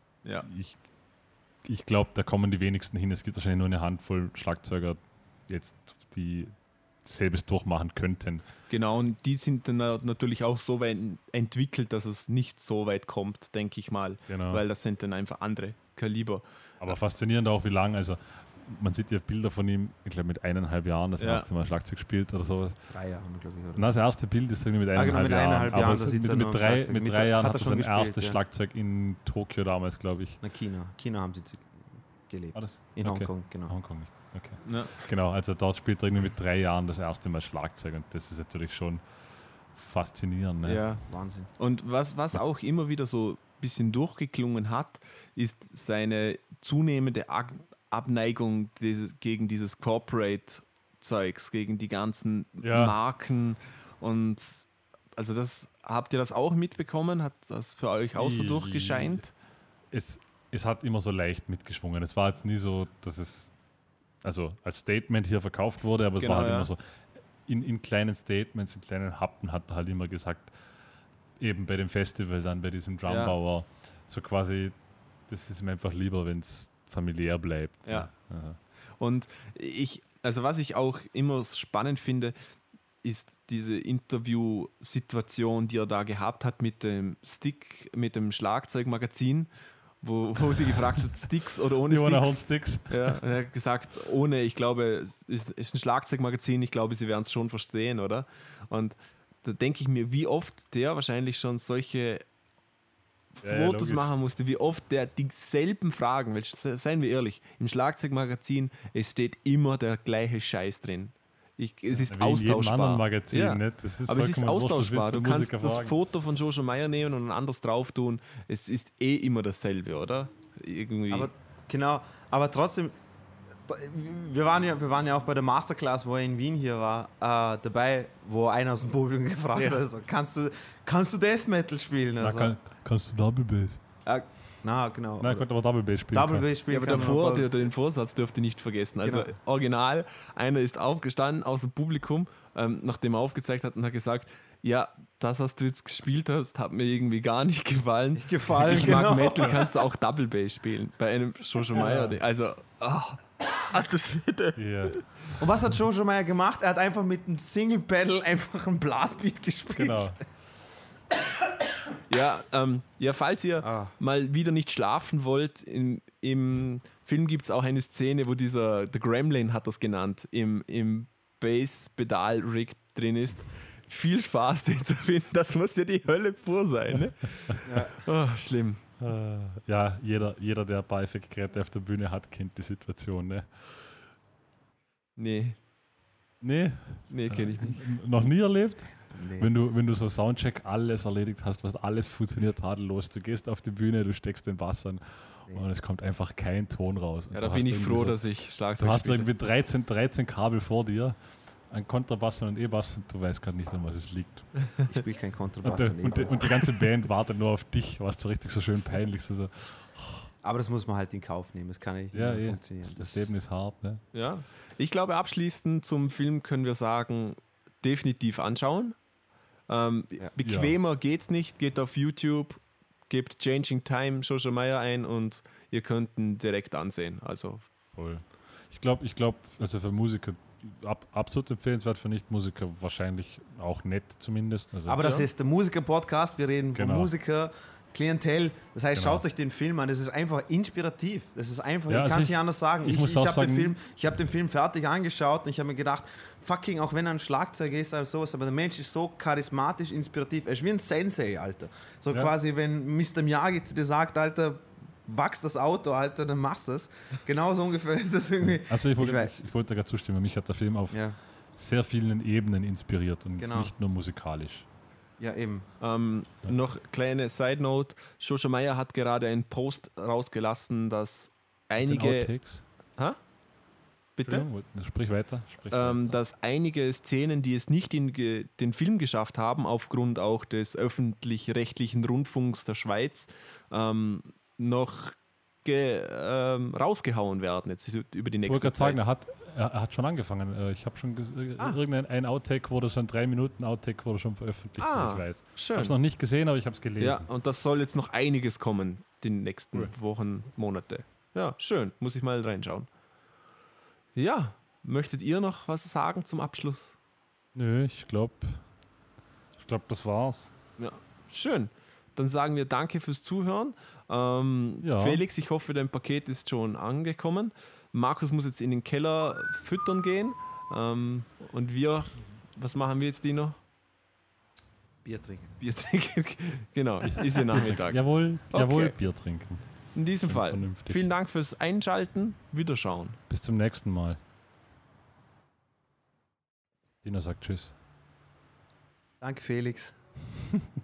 S2: ich glaube, da kommen die wenigsten hin. Es gibt wahrscheinlich nur eine Handvoll Schlagzeuger, jetzt, die selbes durchmachen könnten.
S3: Genau, und die sind dann natürlich auch so weit entwickelt, dass es nicht so weit kommt, denke ich mal. Genau. Weil das sind dann einfach andere Kaliber.
S2: Aber faszinierend auch, wie lange, also man sieht ja Bilder von ihm, ich glaube mit 1,5 Jahren das erste Mal Schlagzeug spielt oder sowas.
S1: 3 Jahre, glaube ich.
S2: Das erste Bild ist irgendwie mit 1,5 Jahren. Aber mit 3 Jahren hat er sein erstes Schlagzeug in Tokio damals, glaube ich.
S1: Na, China haben sie gelebt. In Hongkong, genau.
S2: Hongkong nicht. Okay. Ja. Genau, also dort spielt er irgendwie mit 3 Jahren das erste Mal Schlagzeug und das ist natürlich schon faszinierend. Ne?
S1: Ja, Wahnsinn.
S3: Und was auch immer wieder so ein bisschen durchgeklungen hat, ist seine zunehmende Abneigung gegen dieses Corporate-Zeugs, gegen die ganzen Marken und also habt ihr das auch mitbekommen? Hat das für euch auch so durchgescheint?
S2: Es hat immer so leicht mitgeschwungen. Es war jetzt nie so, dass es also als Statement hier verkauft wurde, aber es war halt immer so, in kleinen Statements, in kleinen Happen hat er halt immer gesagt, eben bei dem Festival, dann bei diesem Drumbauer, so quasi, das ist mir einfach lieber, wenn es familiär bleibt.
S3: Ja. Und was ich auch immer spannend finde, ist diese Interviewsituation, die er da gehabt hat mit dem Schlagzeugmagazin, wo sie gefragt hat, Sticks oder ohne
S2: Sticks.
S3: Ja, er hat gesagt, ohne, ich glaube, es ist ein Schlagzeugmagazin, ich glaube, sie werden es schon verstehen, oder? Und da denke ich mir, wie oft der wahrscheinlich schon solche Fotos machen musste, wie oft der dieselben Fragen, weil, seien wir ehrlich, im Schlagzeugmagazin, es steht immer der gleiche Scheiß drin. Es ist austauschbar.
S2: Magazin,
S3: ja.
S2: Nicht? Das ist
S3: aber es ist austauschbar. Du kannst das
S2: fragen.
S3: Foto von Jojo Meyer nehmen und ein anderes drauf tun. Es ist immer dasselbe, oder? Irgendwie.
S1: Aber trotzdem, wir waren ja auch bei der Masterclass, wo er in Wien hier war, dabei, wo einer aus dem Publikum gefragt hat, also, kannst du Death Metal spielen? Also?
S2: Kannst du Double Bass?
S1: Genau.
S2: Nein, ich konnte aber Double Bass spielen.
S3: Aber davor, den Vorsatz dürft ihr nicht vergessen. Also original, einer ist aufgestanden aus dem Publikum, nachdem er aufgezeigt hat und hat gesagt, ja, das, was du jetzt gespielt hast, hat mir irgendwie gar nicht gefallen. Ich mag Metal, kannst du auch Double Bass spielen. Bei einem Jojo Meyer. Also, das bitte.
S2: Yeah.
S1: Und was hat Jojo Meyer gemacht? Er hat einfach mit einem Single Pedal einfach ein Blastbeat gespielt.
S2: Genau.
S3: Ja, falls ihr mal wieder nicht schlafen wollt, im Film gibt es auch eine Szene, wo The Gremlin hat das genannt, im Bass-Pedal-Rig drin ist. Viel Spaß, den zu finden, das muss ja die Hölle pur sein. Ne? Ja. Schlimm.
S2: Ja, jeder, der Beieffektgeräte auf der Bühne hat, kennt die Situation. Ne?
S3: Nee, kenne ich nicht.
S2: Noch nie erlebt?
S1: Nee.
S2: Wenn du so Soundcheck alles erledigt hast, was alles funktioniert tadellos, du gehst auf die Bühne, du steckst den Bass an und es kommt einfach kein Ton raus.
S3: Ja, da bin ich froh, dass ich Schlagzeug
S2: spiele. Du hast irgendwie 13 Kabel vor dir, ein Kontrabass und ein E-Bass und du weißt gerade nicht, an was es liegt.
S1: Ich spiele kein Kontrabass
S2: und die ganze Band wartet nur auf dich, was so richtig so schön peinlich. So.
S1: Aber das muss man halt in Kauf nehmen, das kann nicht funktionieren.
S2: Das Leben ist hart. Ne?
S3: Ja, ich glaube, abschließend zum Film können wir sagen, definitiv anschauen. Bequemer geht's nicht, geht auf YouTube, gebt Changing Time Jojo Meyer ein und ihr könnt ihn direkt ansehen. Also
S2: voll. Ich glaube, also für Musiker absolut empfehlenswert, für Nicht-Musiker wahrscheinlich auch nett zumindest. Also,
S1: aber das ist der Musiker-Podcast, wir reden von Musiker, Klientel, das heißt, schaut euch den Film an, das ist einfach inspirativ, das ist einfach, ich kann es nicht anders sagen. Ich habe den Film fertig angeschaut und ich habe mir gedacht, fucking, auch wenn er ein Schlagzeuger ist oder sowas, aber der Mensch ist so charismatisch, inspirativ, er ist wie ein Sensei, Alter. So quasi, wenn Mr. Miyagi zu dir sagt, Alter, wachs das Auto, Alter, dann machst du es. Genauso ungefähr ist das irgendwie.
S2: Also ich wollte gerade zustimmen, mich hat der Film auf sehr vielen Ebenen inspiriert und nicht nur musikalisch.
S1: Ja, eben.
S3: Noch kleine Side Note: Jojo Meyer hat gerade einen Post rausgelassen, dass einige.
S2: Outtakes?
S3: Bitte?
S2: Sprich weiter.
S3: Dass einige Szenen, die es nicht in den Film geschafft haben, aufgrund auch des öffentlich-rechtlichen Rundfunks der Schweiz, noch rausgehauen werden jetzt über die nächste Zeit.
S2: Ich wollte gerade sagen, er hat schon angefangen. Ich habe schon irgendein Outtake wurde schon 3 Minuten Outtake wurde schon veröffentlicht, dass ich weiß.
S3: Schön.
S2: Ich habe es noch nicht gesehen, aber ich habe es gelesen.
S3: Ja, und das soll jetzt noch einiges kommen, die nächsten Wochen, Monate. Ja, schön. Muss ich mal reinschauen. Ja, möchtet ihr noch was sagen zum Abschluss?
S2: Nö, ich glaube, das war's.
S3: Ja, schön. Dann sagen wir danke fürs Zuhören. Felix, ich hoffe, dein Paket ist schon angekommen. Markus muss jetzt in den Keller füttern gehen. Und wir, was machen wir jetzt, Dino?
S1: Bier trinken.
S3: Genau, es ist ja Nachmittag.
S2: Jawohl, Bier trinken.
S3: In diesem Fall, vielen Dank fürs Einschalten. Wiederschauen.
S2: Bis zum nächsten Mal. Dino sagt Tschüss.
S1: Danke, Felix.